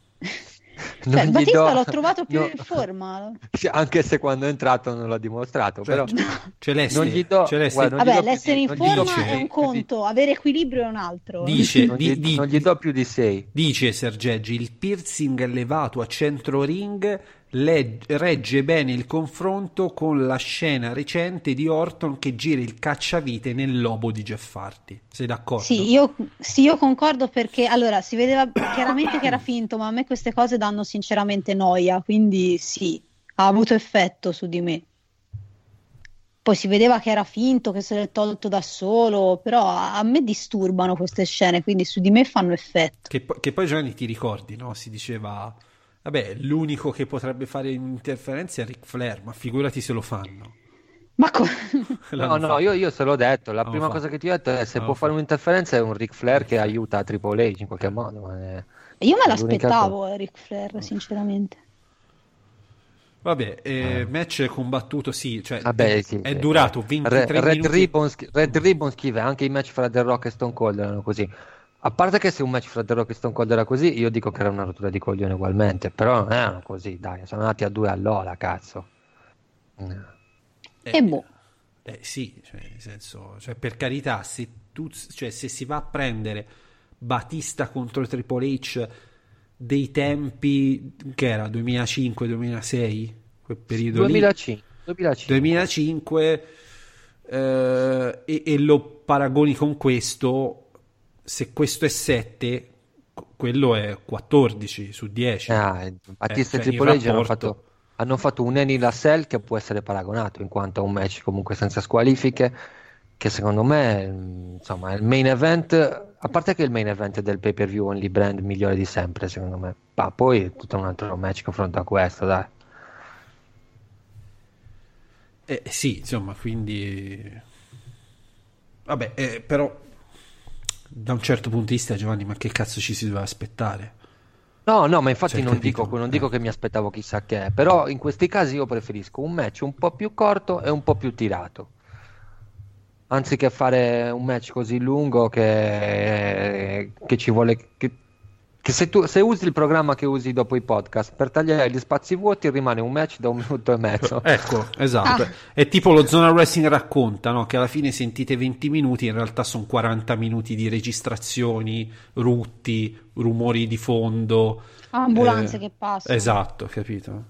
Non Cioè, gli Battista do- l'ho trovato più no. in forma. Anche se quando è entrato non l'ha dimostrato, Cioè, però Celeste, non gli do- Celeste, guarda, non gli Vabbè, do più l'essere di- in non gli do forma più è di- un più di- conto, avere equilibrio è un altro. dice, non di- gli, di- non gli do più di sei. dice Sergeggi, il piercing levato a centro ring le- regge bene il confronto con la scena recente di Orton che gira il cacciavite nel lobo di Jeff Hardy. Sei d'accordo? Sì, io, sì, io concordo perché allora si vedeva chiaramente che era finto, ma a me queste cose danno sinceramente noia, quindi sì, ha avuto effetto su di me. Poi si vedeva che era finto, che se l'è tolto da solo, però a, a me disturbano queste scene, quindi su di me fanno effetto. Che, po- che poi Giovanni ti ricordi, no? Si diceva, vabbè, l'unico che potrebbe fare interferenze è Ric Flair, ma figurati se lo fanno. Ma co- L'hanno No, no, fatto. io, io se l'ho detto, la L'hanno prima fatto. cosa che ti ho detto è se L'hanno può fare fatto. un'interferenza è un Ric Flair che aiuta Triple H in qualche modo. ma è- io me è l'unica l'aspettavo, cosa. eh, Ric Flair, sinceramente. Vabbè, eh, match combattuto, sì, cioè Vabbè, è, sì, è sì. durato Re- ventitré Red, minuti. Ribbon, sch- Red Ribbon scrive anche i match fra The Rock e Stone Cold erano così. A parte che se un match fra The Rock e Stone Cold era così, io dico che era una rottura di coglione ugualmente, però non erano così, dai, sono andati a due all'ora, cazzo. Eh, E boh. eh, sì, cioè, nel senso, cioè, per carità, se, tu, cioè, se si va a prendere Batista contro Triple H dei tempi, che era duemilacinque duemilasei, quel periodo lì, duemilacinque, duemilacinque. duemilacinque, eh, e, e lo paragoni con questo, se questo è sette, quello è quattordici su dieci. Ah, Battista Eh, e cioè, Triple il H hanno rapporto- fatto, hanno fatto un Hell in a Cell che può essere paragonato in quanto a un match comunque senza squalifiche, che secondo me mh, insomma è il main event, a parte che è il main event del pay per view only brand migliore di sempre secondo me, ma poi è tutto un altro match confronto a questo, dai. Eh, sì, insomma, quindi vabbè, eh, però da un certo punto di vista, Giovanni, ma che cazzo ci si doveva aspettare? No, no, ma infatti Cioè, non, capito? dico, non dico Eh. che mi aspettavo chissà che, però in questi casi io preferisco un match un po' più corto e un po' più tirato, anziché fare un match così lungo che, che ci vuole, che che se tu se usi il programma che usi dopo i podcast per tagliare gli spazi vuoti rimane un match da un minuto e mezzo. Ecco, esatto. Ah. È tipo lo Zona Wrestling racconta, no? Che alla fine sentite venti minuti, in realtà sono quaranta minuti di registrazioni, rutti, rumori di fondo, ambulanze eh, che passano. Esatto, capito?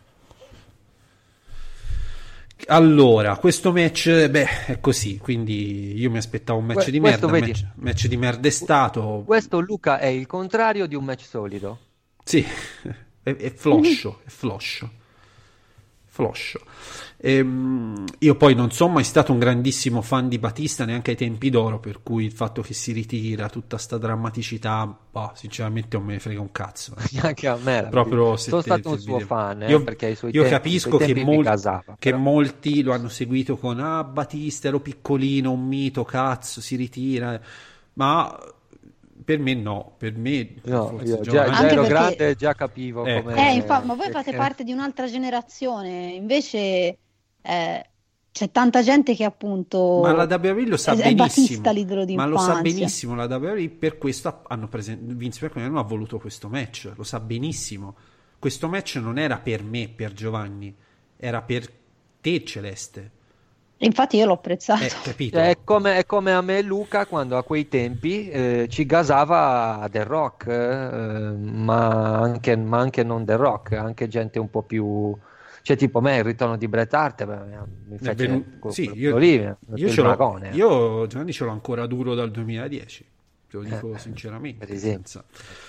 Allora, questo match, beh, è così, quindi io mi aspettavo un match que- di merda, un match, match di merda è stato. Questo, Luca, è il contrario di un match solido. Sì, è, è floscio, è floscio, floscio. Ehm, io poi non sono mai stato un grandissimo fan di Batista neanche ai tempi d'oro, per cui il fatto che si ritira, tutta sta drammaticità, boh, sinceramente non me ne frega un cazzo. Neanche a me. Proprio sono te, stato un suo video. fan, eh, io, perché i suoi io tempi, capisco suoi che, mol- casava, che però... molti lo hanno seguito con ah Batista ero piccolino, un mito, cazzo, si ritira, ma per me no, per me no, io già, già ero perché... grande, già capivo eh. come eh, infatti, ma voi fate parte di un'altra generazione, invece eh, c'è tanta gente che appunto ma la W W E lo sa è, benissimo, è Batista l'idolo di ma infanzia. lo sa benissimo la W W E, per questo hanno presen- Vince McMahon non ha voluto questo match, lo sa benissimo. Questo match non era per me, per Giovanni, era per te, Celeste. Infatti io l'ho apprezzato. Eh, capito? È come, è come a me e Luca quando a quei tempi eh, ci gasava The Rock, eh, ma, anche, ma anche non The Rock, anche gente un po' più... Cioè tipo me il ritorno di Bret Hart beh, mi fece venu- co- sì, co- io, lì, io, ce l'ho, io Giovanni ce l'ho ancora duro dal duemiladieci, te lo dico eh, sinceramente. Per esempio.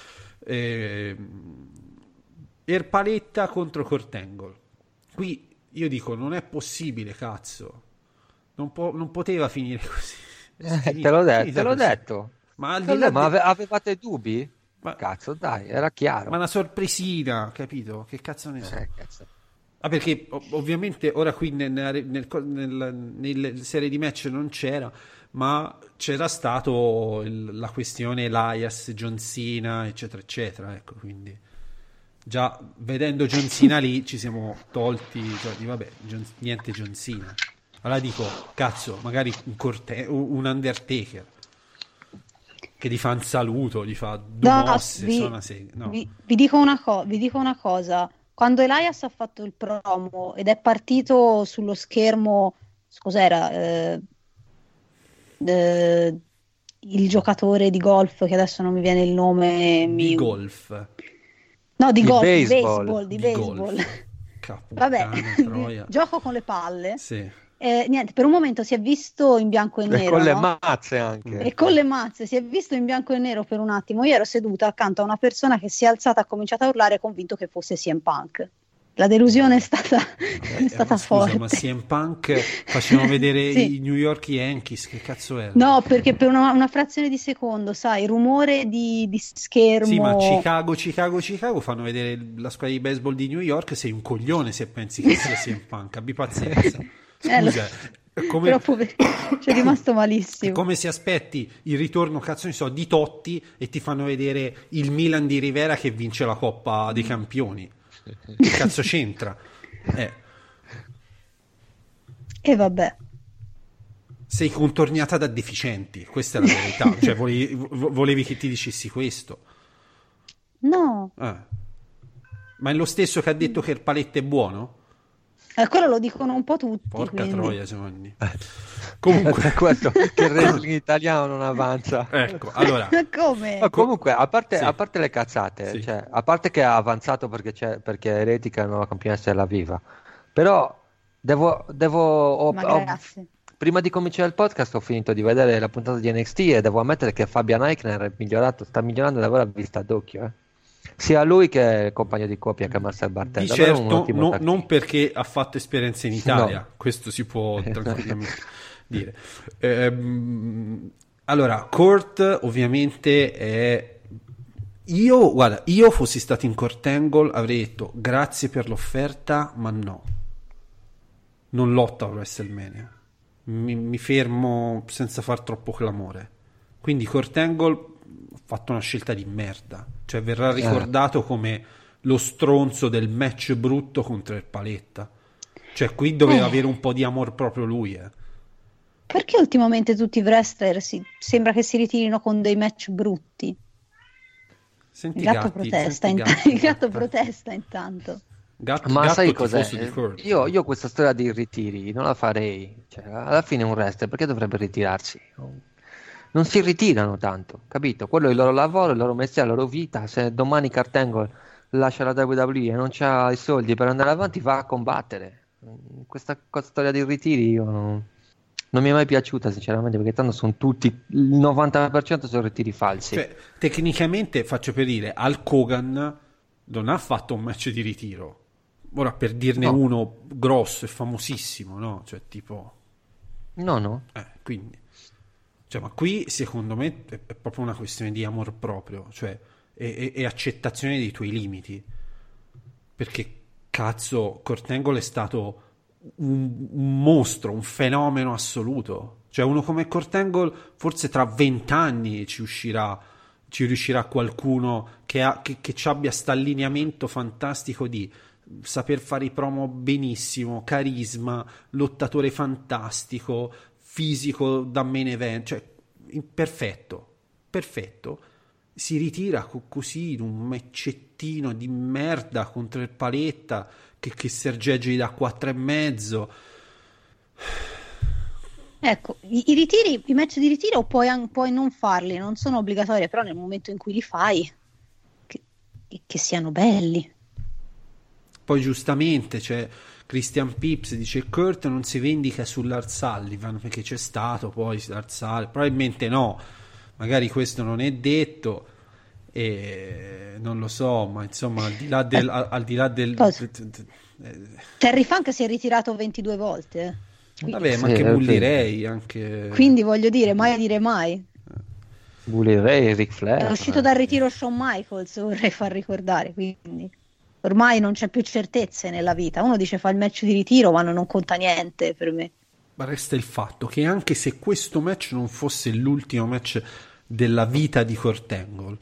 Eh, Erpaletta contro Kurt Angle. Qui io dico non è possibile, cazzo. Non, po- non poteva finire così. Eh, Finita, te l'ho detto, te l'ho detto. Ma, al te di là ma de- ave- avevate dubbi? Ma... Cazzo, dai, era chiaro. Ma una sorpresina, capito? Che cazzo ne so? Eh, cazzo. Ah, perché ov- ovviamente ora qui nel, nel, nel, nelle serie di match non c'era, ma c'era stato il, la questione Elias, John Cena, eccetera, eccetera. Ecco, quindi già vedendo John Cena lì ci siamo tolti, cioè, di vabbè, John, niente John Cena. Allora dico, cazzo, magari un, corte- un Undertaker che gli fa un saluto, gli fa due no, mosse, vi, suona se- no. vi, vi, dico una co- vi dico una cosa. Quando Elias ha fatto il promo ed è partito sullo schermo, cos'era? Eh, eh, il giocatore di golf, che adesso non mi viene il nome. Di mi... golf. No, di, di golf, baseball. di baseball. Di Di baseball. Caputtana, Vabbè, troia. gioco con le palle. Sì. Eh, niente, per un momento si è visto in bianco e E nero, con le no? mazze anche. E con le mazze si è visto in bianco e nero per un attimo. Io ero seduta accanto a una persona che si è alzata e ha cominciato a urlare, convinto che fosse C M Punk. La delusione è stata, Vabbè, è stata ma scusa, forte. ma C M Punk facevano vedere Sì. i New York Yankees, che cazzo era? No, perché per una, una frazione di secondo, sai, rumore di, di schermo. Sì, ma Chicago, Chicago, Chicago fanno vedere la squadra di baseball di New York, sei un coglione se pensi che sia C M Punk, abbi pazienza. Eh, lo- Scusa, è come, Però poverino, ci è rimasto è malissimo. come se aspetti il ritorno, cazzo ne so, di Totti e ti fanno vedere il Milan di Rivera che vince la Coppa dei Campioni. Che cazzo c'entra? Eh. E vabbè. Sei contorniata da deficienti, questa è la verità. Cioè, volevi, vo- volevi che ti dicessi questo? No, Eh. Ma è lo stesso che ha detto che il paletto è buono? eh, quello lo dicono un po' tutti. Porca quindi. troia, Giovanni. Comunque, Per questo che il wrestling italiano non avanza. ecco, allora, Ma come? Ma comunque, a parte, Sì. a parte le cazzate, Sì. cioè, a parte che ha avanzato perché, c'è, perché Eretica è la nuova campionessa della Viva, però devo... devo ho- Ma ho- grazie. prima di cominciare il podcast ho finito di vedere la puntata di N X T e devo ammettere che Fabian Eichner è migliorato, sta migliorando davvero a vista d'occhio. Eh. Sia lui che il compagno di coppia che Marcel Bartel. di davvero un certo ottimo no- tecnico. non perché ha fatto esperienza in Italia, No. questo si può tranquillamente dire. Ehm, allora, Kurt ovviamente è... Io, guarda, io fossi stato in Kurt Angle avrei detto grazie per l'offerta, ma no. Non lotta a WrestleMania. Mi, mi fermo senza far troppo clamore. Quindi Kurt Angle ha fatto una scelta di merda. Cioè verrà ricordato come lo stronzo del match brutto contro il Paletta. Cioè qui doveva Eh. avere un po' di amor proprio lui, eh. Perché ultimamente tutti i wrestler si- sembra che si ritirino con dei match brutti? Senti Il gatto gatti, protesta, senti int- gatti, il gatto gatta. protesta intanto. Gatto, Ma gatto sai tifoso cos'è? di Kurt. Io, io questa storia dei ritiri non la farei. Cioè, alla fine è un wrestler, perché dovrebbe ritirarsi? Non si ritirano tanto, capito? Quello è il loro lavoro, il loro mestiere, la loro vita. Se domani Kurt Angle lascia la W W E e non c'ha i soldi per andare avanti, va a combattere. Questa co- storia dei ritiri io non, non mi è mai piaciuta, sinceramente, perché tanto sono tutti, il novanta per cento sono ritiri falsi. Cioè, tecnicamente, faccio per dire, Hulk Hogan non ha fatto un match di ritiro. Ora, per dirne No. uno grosso e famosissimo, no? Cioè, tipo... No, no. Eh, quindi... Cioè, ma qui, secondo me, è, è proprio una questione di amor proprio, cioè, e, e- e accettazione dei tuoi limiti. Perché, cazzo, Kurt Angle è stato un, un mostro, un fenomeno assoluto. Cioè, uno come Kurt Angle, forse tra vent'anni ci uscirà, ci riuscirà qualcuno che, ha, che, che ci abbia sta allineamento fantastico di saper fare i promo benissimo, carisma, lottatore fantastico, fisico da main event, cioè in- perfetto, perfetto. Si ritira co- così in un meccettino di merda contro il Paletta che, che sergeggia gli dà quattro e mezzo. Ecco, i, i ritiri, i match di ritiro puoi, an- puoi non farli, non sono obbligatori, però nel momento in cui li fai, che, che siano belli. Poi giustamente c'è Christian Pips dice Kurt non si vendica sull'Lars Sullivan perché c'è stato poi Lars Sullivan, probabilmente no, magari questo non è detto e non lo so, ma insomma al di là del, al, al di là del Cosa? d- d- eh, Terry Funk si è ritirato ventidue volte, eh. Quindi- vabbè, ma Sì, anche è Bully vero. Ray anche quindi voglio dire, mai dire mai. Bully Ray, Ric Flair. È uscito dal ritiro Shawn Michaels, vorrei far ricordare, quindi ormai non c'è più certezze nella vita. Uno dice fa il match di ritiro, ma non conta niente per me. ma resta il fatto che anche se questo match non fosse l'ultimo match della vita di Kurt Angle,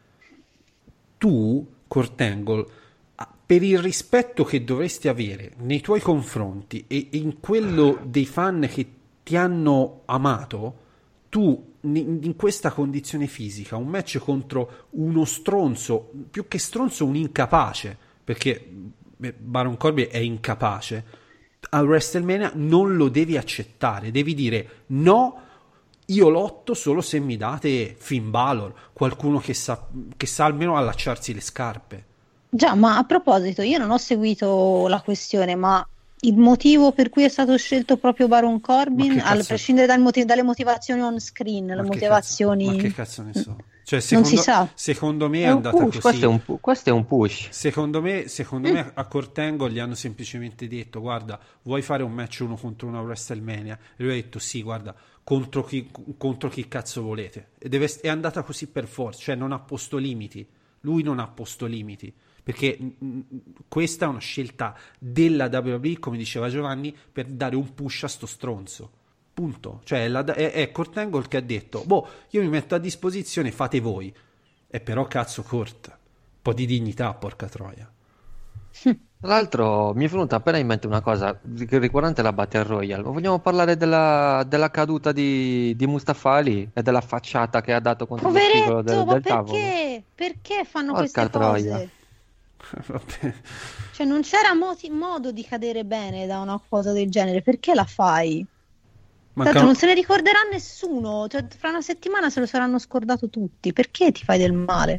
tu, Kurt Angle, ah, per il rispetto che dovresti avere nei tuoi confronti e in quello dei fan che ti hanno amato, tu in in questa condizione fisica, un match contro uno stronzo, più che stronzo un incapace, perché beh, Baron Corbin è incapace, a WrestleMania non lo devi accettare, devi dire no, io lotto solo se mi date Finn Balor, qualcuno che sa, che sa almeno allacciarsi le scarpe. Già, ma a proposito, io non ho seguito la questione, ma il motivo per cui è stato scelto proprio Baron Ma Corbin, che a cazzo- prescindere dal motiv- dalle motivazioni on screen, Ma le che motivazioni... cazzo- ma che cazzo ne so? Cioè, Non secondo, si sa. secondo me è È un andata push, così. questo è un, pu- questo è un push. Secondo me, secondo me a Kurt Angle gli hanno semplicemente detto guarda, vuoi fare un match uno contro uno a WrestleMania? E lui ha detto sì, guarda, contro chi, contro chi cazzo volete. E deve, è andata così per forza, cioè non ha posto limiti. Lui non ha posto limiti. Perché mh, questa è una scelta della W W E, come diceva Giovanni, per dare un push a sto stronzo. Punto. Cioè è, la, è, è Kurt Angle che ha detto boh, io mi metto a disposizione, fate voi. E però cazzo Kurt, un po' di dignità, porca troia. Tra l'altro mi è venuta appena in mente una cosa riguardante la Battle Royale. Vogliamo parlare della, della caduta di, di Mustafa Ali e della facciata che ha dato contro lo spigolo Poveretto, del, ma del tavolo? perché? Perché fanno Porca queste troia. cose? Vabbè. Cioè non c'era moti- modo di cadere bene da una cosa del genere, perché la fai? Tanto Mancano, non se ne ricorderà nessuno, cioè, fra una settimana se lo saranno scordato tutti, perché ti fai del male?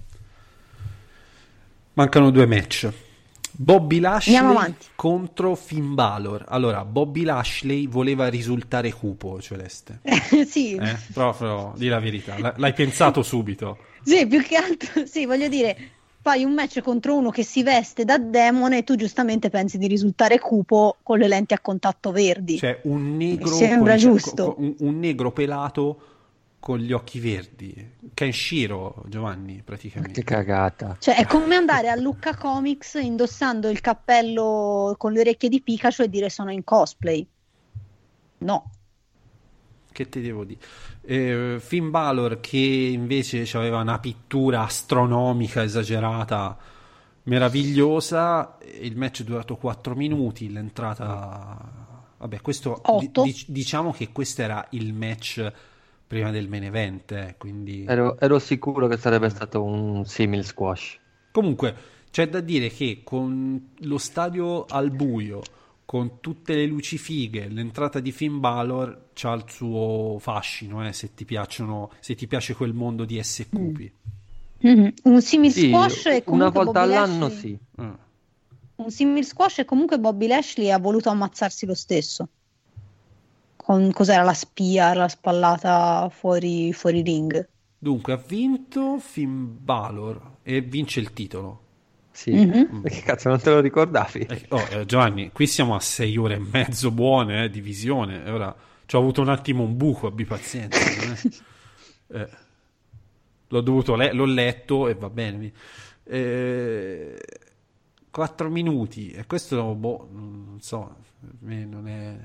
mancano due match. Bobby Lashley Andiamo avanti. contro Finn Balor. Allora, Bobby Lashley voleva risultare cupo, Celeste. Sì. Eh? Proprio, di la verità. L- l'hai pensato subito. Sì, più che altro, sì, voglio dire, fai un match contro uno che si veste da demone e tu giustamente pensi di risultare cupo con le lenti a contatto verdi. Cioè, un negro, Mi sembra con- giusto. con- un, un negro pelato con gli occhi verdi. Kenshiro, Giovanni, Che praticamente. cagata. Cioè, è come andare a Lucca Comics indossando il cappello con le orecchie di Pikachu e dire sono in cosplay. No. Che ti devo dire? Eh, Finn Balor che invece aveva una pittura astronomica esagerata, meravigliosa. Il match è durato quattro minuti. L'entrata, vabbè, questo di- Otto. dic- diciamo che questo era il match prima del main event, eh, quindi... Ero, ero sicuro che sarebbe stato un simil squash. Comunque, c'è da dire che con lo stadio al buio, con tutte le luci fighe, l'entrata di Finn Balor c'ha il suo fascino, eh, se ti piacciono, se ti piace quel mondo di S Q P. Mm-hmm. Un simil Sì, squash e una comunque volta Bobby all'anno Lashley... sì. Ah. Un simil squash e comunque Bobby Lashley ha voluto ammazzarsi lo stesso. Con cos'era la spia, la spallata fuori, fuori ring. Dunque, ha vinto Finn Balor e vince il titolo. Sì. Mhm. Che cazzo, non te lo ricordavi? Eh, oh, eh, Giovanni, qui siamo a sei ore e mezzo buone eh, di visione. E ora ci ho avuto un attimo un buco, abbi pazienza. non è- eh, l'ho dovuto le- l'ho letto e va bene. mi- Eh, quattro minuti e questo, boh, non so, per me non è.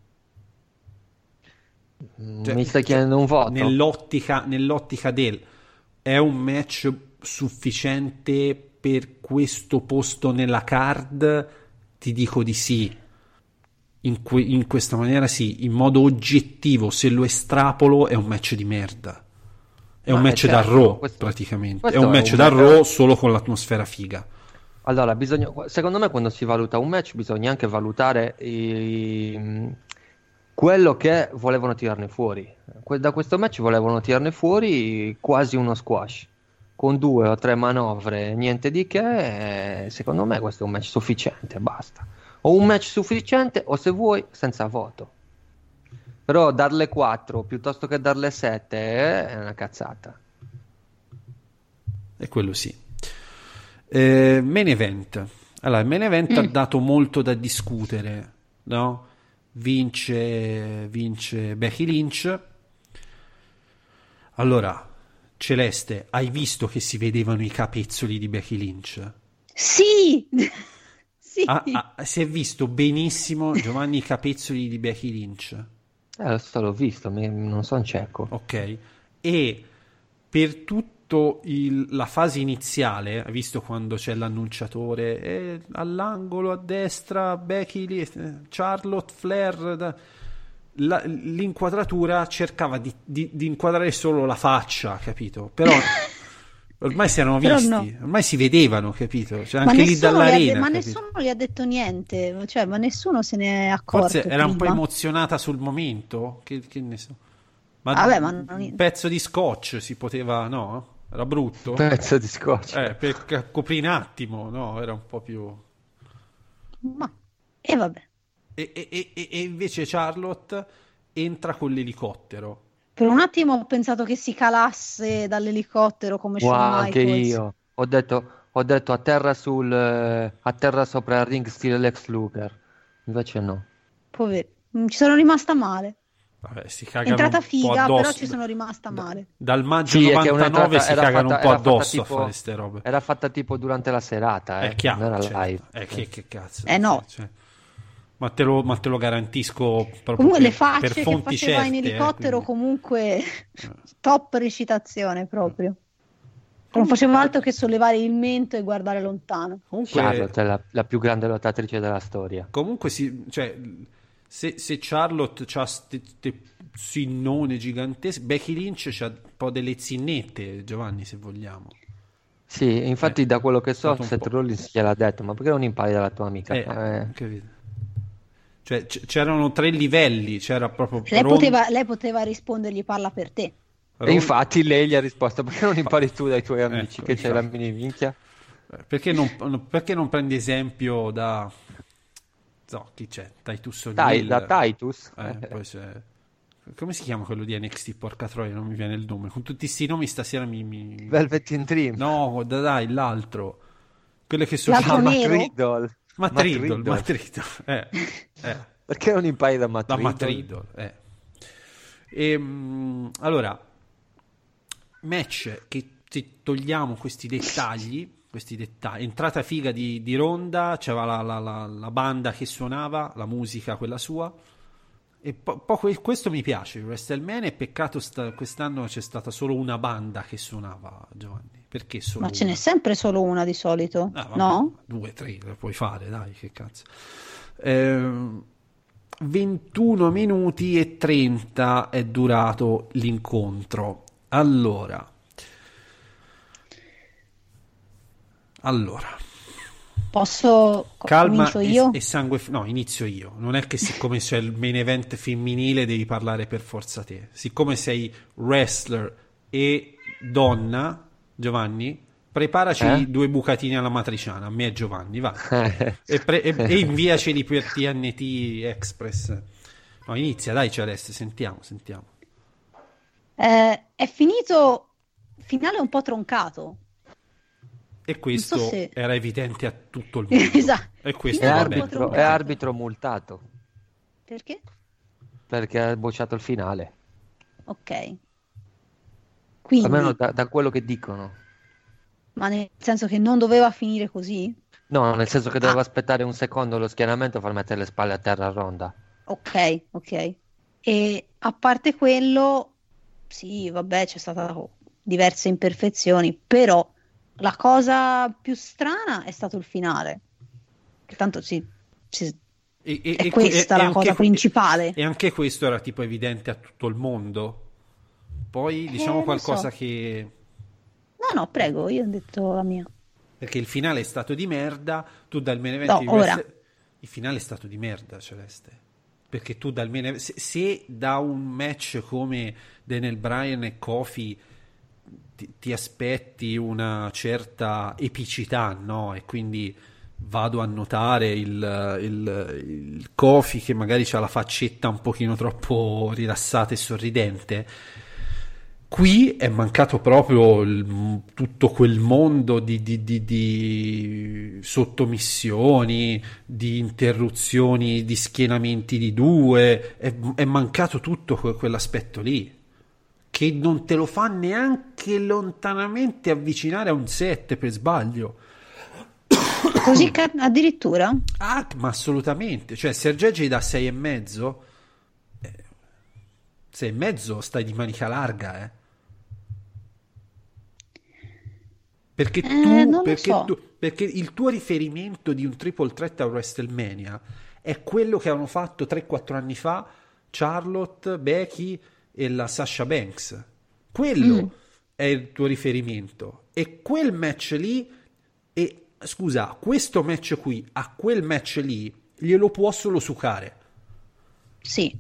Cioè, Mi stai chiedendo un voto? Nell'ottica, nell'ottica del è un match sufficiente per questo posto nella card, ti dico di sì. In, que- in questa maniera sì, in modo oggettivo, se lo estrapolo è un match di merda. È Ma un match certo, da Raw questo- praticamente. questo È un è match un da match- Raw solo con l'atmosfera figa. Allora, bisogna, secondo me quando si valuta un match bisogna anche valutare i- quello che volevano tirarne fuori. Que- Da questo match volevano tirarne fuori quasi uno squash, con due o tre manovre, niente di che. eh, Secondo me questo è un match sufficiente, basta. O un match sufficiente o se vuoi senza voto. Però darle quattro piuttosto che darle sette eh, è una cazzata. E quello sì. Eh, main event. Allora, il main event ha dato molto da discutere, no? Vince, vince Becky Lynch. Allora, Celeste, hai visto che si vedevano i capezzoli di Becky Lynch? Sì! Sì! Ah, ah, si è visto benissimo, Giovanni, i capezzoli di Becky Lynch. Eh, lo so, l'ho visto, mi- non sono cieco. Ok, e per tutta la fase iniziale, hai visto quando c'è l'annunciatore e all'angolo a destra Becky lì, eh, Charlotte Flair, da- la- l'inquadratura cercava di, di- di inquadrare solo la faccia, capito? Però ormai si erano Però visti, no. ormai si vedevano, capito? Cioè, Ma anche lì nessuno, gli ha de- dall'arena, ma capito? nessuno gli ha detto niente, cioè, ma nessuno se ne è accorto. Forse era un po' prima. emozionata sul momento, che, che ne so. Ma, Vabbè, ma un non- pezzo di scotch si poteva, no? Era brutto? Pezzo di scotch. Eh, per ca- coprire un attimo, no? Era un po' più... Ma... E vabbè. E, e- e- e invece Charlotte entra con l'elicottero. Per un attimo ho pensato che si calasse dall'elicottero come Wow, Shawn anche Michaels. io. Ho detto, ho detto a terra sul eh, a terra sopra il ring stile Lex Luger. Invece no. Povero. Mm, Ci sono rimasta male. Vabbè, si È cagano entrata un po' figa, addosso. però ci sono rimasta male. Dal maggio Sì, è che è novantanove un'entrata- si era cagano fatta- un po' era fatta addosso tipo- a fare ste robe. Era fatta tipo durante la serata, eh. È chiaro, non era certo. live. Eh, che, che cazzo. Eh, no. cioè, ma, te lo, ma te lo garantisco proprio Comunque per, le facce per che fonti faceva in certe, eh, elicottero quindi- comunque top recitazione proprio. Non faceva altro che sollevare il mento e guardare lontano. Comunque, Charlotte è la, la più grande lottatrice della storia. comunque si, cioè, se, se Charlotte c'ha ste, ste sinnone gigantesche, Becky Lynch c'ha un po' delle zinnette, Giovanni, se vogliamo. Sì, infatti Eh, da quello che so stato un Seth po'. Rollins gliel'ha detto, ma perché non impari dalla tua amica? Eh, Eh, capito? Cioè, c- c'erano tre livelli, c'era proprio Lei Ron- poteva, lei poteva rispondergli parla per te. E Ron- infatti lei gli ha risposto, perché non impari tu dai tuoi amici Ecco, che c'è la infatti. mini minchia? Perché non, non- perché non prendi esempio da... No, chi c'è? Titus Dai, O'Neil. da Titus? Eh, poi c'è... Come si chiama quello di N X T? Porca troia, non mi viene il nome. Con tutti sti nomi stasera mi... mi... Velvet in Dream. No, da- dai, l'altro. Quelle che sono... L'altro Ah, Matt nero? Riddle. Matt Matt Riddle, Riddle. Matt Riddle. Eh, eh. Perché non impari da Matt Da Riddle? Matt Riddle, eh. Ehm, allora, match che ti togliamo questi dettagli, questi dettagli. Entrata figa di, di Ronda, c'era la, la, la, la banda che suonava, la musica quella sua. E po- po- que- questo mi piace, il WrestleMania, e peccato sta- quest'anno c'è stata solo una banda che suonava, Giovanni. Perché solo Ma ce una? n'è sempre solo una di solito, Ah, vabbè, no? Due, tre, le puoi fare, dai, che cazzo. Ehm, ventuno minuti e trenta è durato l'incontro. Allora, allora, posso calma comincio io? e, e sangue. No, inizio io. Non è che siccome c'è il main event femminile devi parlare per forza te. Siccome sei wrestler e donna, Giovanni, preparaci Eh? due bucatini alla matriciana. A me e Giovanni, va. e, pre- e, e inviaceli per T N T Express. No, inizia, dai Celeste, sentiamo, sentiamo. Eh, è finito, finale un po' troncato. E questo Non so se- era evidente a tutto il mondo. Esatto. E questo È Finale va un po' bene. arbitro, è troncato. arbitro multato Perché? perché ha bocciato il finale. Ok. Quindi, Almeno da, da quello che dicono. ma nel senso che non doveva finire così? No, nel senso che doveva Ah. aspettare un secondo lo schieramento per mettere le spalle a terra a Ronda. Ok, ok. E a parte quello, sì, vabbè, c'è stata diverse imperfezioni, però la cosa più strana è stato il finale. Che tanto sì, sì, E, e- è e- questa e- e la anche cosa que- principale. E anche questo era tipo evidente a tutto il mondo. Poi diciamo non qualcosa so. che... No, no, prego, io ho detto la mia. Perché il finale è stato di merda, tu dal main event No, di ora. Wrestle- Il finale è stato di merda, Celeste. Perché tu dal main event... Se, se da un match come Daniel Bryan e Kofi ti, ti aspetti una certa epicità, no? E quindi vado a notare il, il, il Kofi che magari ha la faccetta un pochino troppo rilassata e sorridente. Qui è mancato proprio il- tutto quel mondo di, di- di- di sottomissioni, di interruzioni, di schienamenti di due, è, è mancato tutto que- quell'aspetto lì, che non te lo fa neanche lontanamente avvicinare a un sette per sbaglio. Così ca- addirittura? Ah, ma assolutamente, cioè Sergei gli dà sei e mezzo, eh, sei e mezzo stai di manica larga, eh. Perché Eh, tu, non lo perché so. tu, perché il tuo riferimento di un triple threat a WrestleMania è quello che hanno fatto tre quattro anni fa Charlotte, Becky e la Sasha Banks. Quello Mm. è il tuo riferimento. E quel match lì, e scusa, questo match qui a quel match lì glielo può solo sucare. Sì.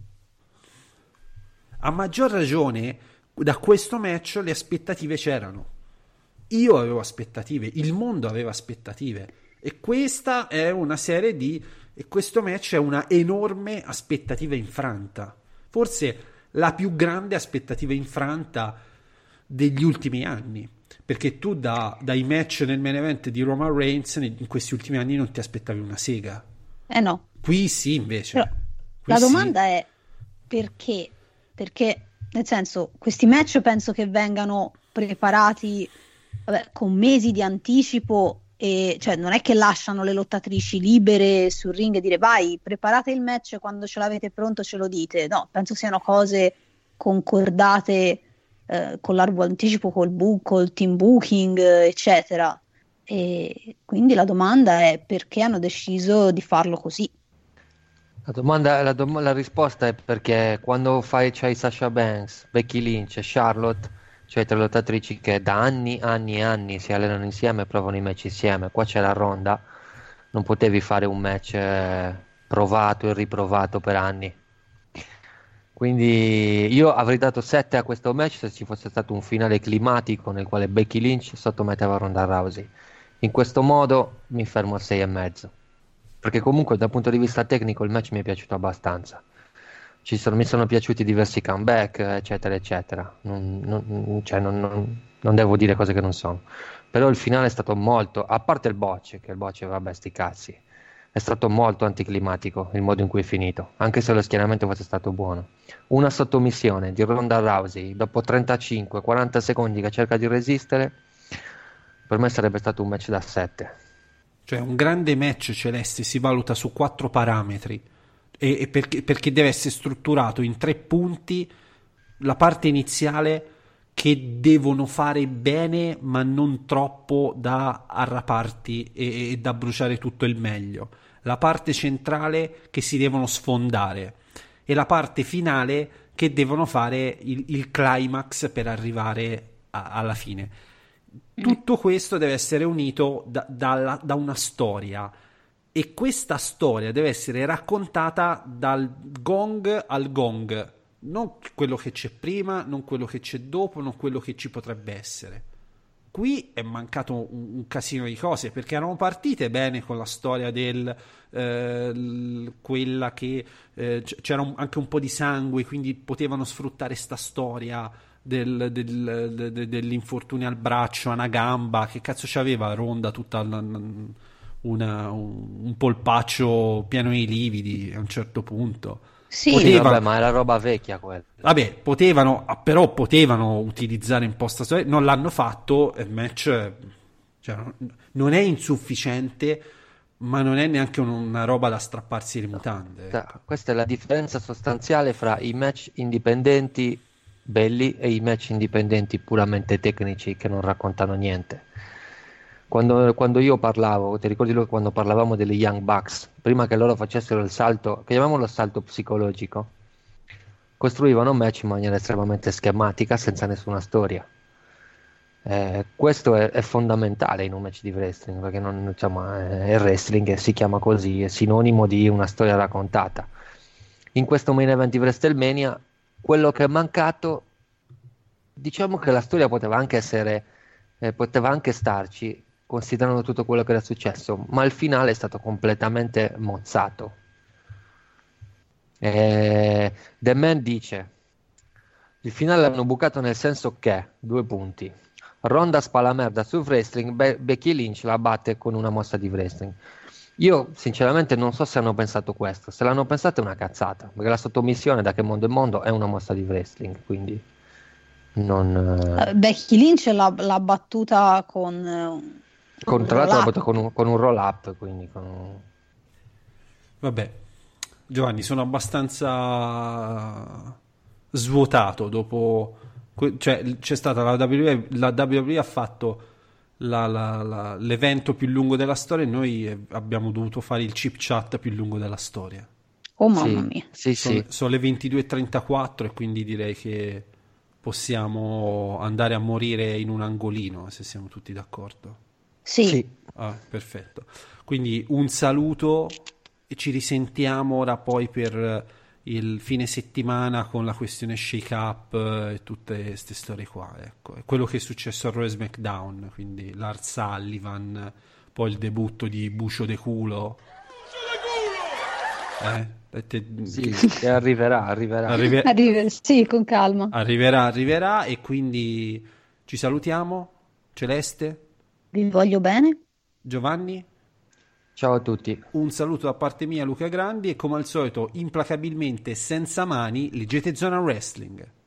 A maggior ragione, da questo match le aspettative c'erano. Io avevo aspettative, il mondo aveva aspettative. E questa è una serie di... E questo match è una enorme aspettativa infranta. Forse la più grande aspettativa infranta degli ultimi anni. Perché tu da, dai match nel main event di Roman Reigns in questi ultimi anni non ti aspettavi una sega. Eh no. Qui sì, invece. Però Qui la sì. domanda è perché? Perché, nel senso, questi match penso che vengano preparati, vabbè, con mesi di anticipo, e cioè non è che lasciano le lottatrici libere sul ring e dire vai, preparate il match, quando ce l'avete pronto ce lo dite. No, penso siano cose concordate eh, con largo anticipo, col book, col team booking, eh, eccetera. E quindi la domanda è perché hanno deciso di farlo così. La domanda, la, dom- la risposta è perché quando fai c'hai Sasha Banks, Becky Lynch e Charlotte, cioè tre lottatrici che da anni, anni e anni si allenano insieme e provano i match insieme. Qua c'è la Ronda, non potevi fare un match eh, provato e riprovato per anni. Quindi io avrei dato sette a questo match se ci fosse stato un finale climatico nel quale Becky Lynch sottometteva Ronda Rousey. In questo modo mi fermo a sei e mezzo. Perché comunque dal punto di vista tecnico il match mi è piaciuto abbastanza. Ci sono, mi sono piaciuti diversi comeback, eccetera, eccetera. Non, non, cioè non, non, non devo dire cose che non sono. Però il finale è stato molto, a parte il botch, che il botch, vabbè, sti cazzi, è stato molto anticlimatico il modo in cui è finito, anche se lo schieramento fosse stato buono. Una sottomissione di Ronda Rousey dopo trentacinque quaranta secondi che cerca di resistere, per me sarebbe stato un match da sette. Cioè un grande match, Celeste, si valuta su quattro parametri e, e perché, perché deve essere strutturato in tre punti: la parte iniziale, che devono fare bene ma non troppo da arraparti e, e da bruciare tutto il meglio, la parte centrale che si devono sfondare e la parte finale che devono fare il, il climax per arrivare a, alla fine. Tutto questo deve essere unito da, dalla, da una storia, e questa storia deve essere raccontata dal gong al gong, non quello che c'è prima, non quello che c'è dopo, non quello che ci potrebbe essere. Qui è mancato un, un casino di cose, perché erano partite bene con la storia del eh, l- quella che eh, c- c'era un, anche un po' di sangue, quindi potevano sfruttare sta storia del, del, de- de- dell'infortunio al braccio, a una gamba. Che cazzo c'aveva Ronda tutta una, una- un, un polpaccio pieno di lividi a un certo punto. Sì, Sì, Potevano- vabbè, ma era roba vecchia quella. Vabbè, potevano, però potevano utilizzare in posta storia, non l'hanno fatto, e il match, cioè, non è insufficiente, ma non è neanche un- una roba da strapparsi le mutande. Da- ecco. Questa è la differenza sostanziale fra i match indipendenti belli e i match indipendenti puramente tecnici che non raccontano niente. Quando, quando io parlavo, ti ricordi lo- quando parlavamo degli Young Bucks, prima che loro facessero il salto, chiamiamolo salto psicologico, costruivano match in maniera estremamente schematica, senza nessuna storia. Eh, questo è, è fondamentale in un match di wrestling, perché non, insomma, è il wrestling e si chiama così, è sinonimo di una storia raccontata. In questo main event di WrestleMania, quello che è mancato, diciamo che la storia poteva anche essere, eh, poteva anche starci, considerando tutto quello che era successo, ma il finale è stato completamente mozzato. Eh, The Man dice: il finale l'hanno bucato nel senso che, due punti, Ronda spala merda sul wrestling, Be- Becky Lynch la batte con una mossa di wrestling. Io sinceramente non so se hanno pensato questo, se l'hanno pensato è una cazzata, perché la sottomissione da che mondo è mondo è una mossa di wrestling, quindi non... eh, Eh, Becky Lynch l'ha, l'ha battuta con eh, con, un tra l'altro la roll-up. batte con un, con un roll up, quindi con un- Vabbè, Giovanni, sono abbastanza svuotato dopo, que- cioè c'è stata la W W E, la W W E ha fatto la- la- la- l'evento più lungo della storia, e noi eh, abbiamo dovuto fare il chip chat più lungo della storia. Oh mamma Sì, mia. sì, Sono, sì. sono le ventidue e trentaquattro, e quindi direi che possiamo andare a morire in un angolino, se siamo tutti d'accordo. Sì. Sì. Ah, perfetto. Quindi un saluto e ci risentiamo ora poi per il fine settimana con la questione Shake Up e tutte queste storie qua. Ecco, è quello che è successo a Raw e SmackDown, quindi Lars Sullivan, poi il debutto di Bucio de Culo. Eh? Te- Sì, che arriverà, arriverà. Arrive- Arriva- sì, con calma. arriverà, arriverà, e quindi ci salutiamo. Celeste, Vi voglio bene. Giovanni, Ciao a tutti. un saluto da parte mia, Luca Grandi, e come al solito, implacabilmente senza mani, leggete Zona Wrestling.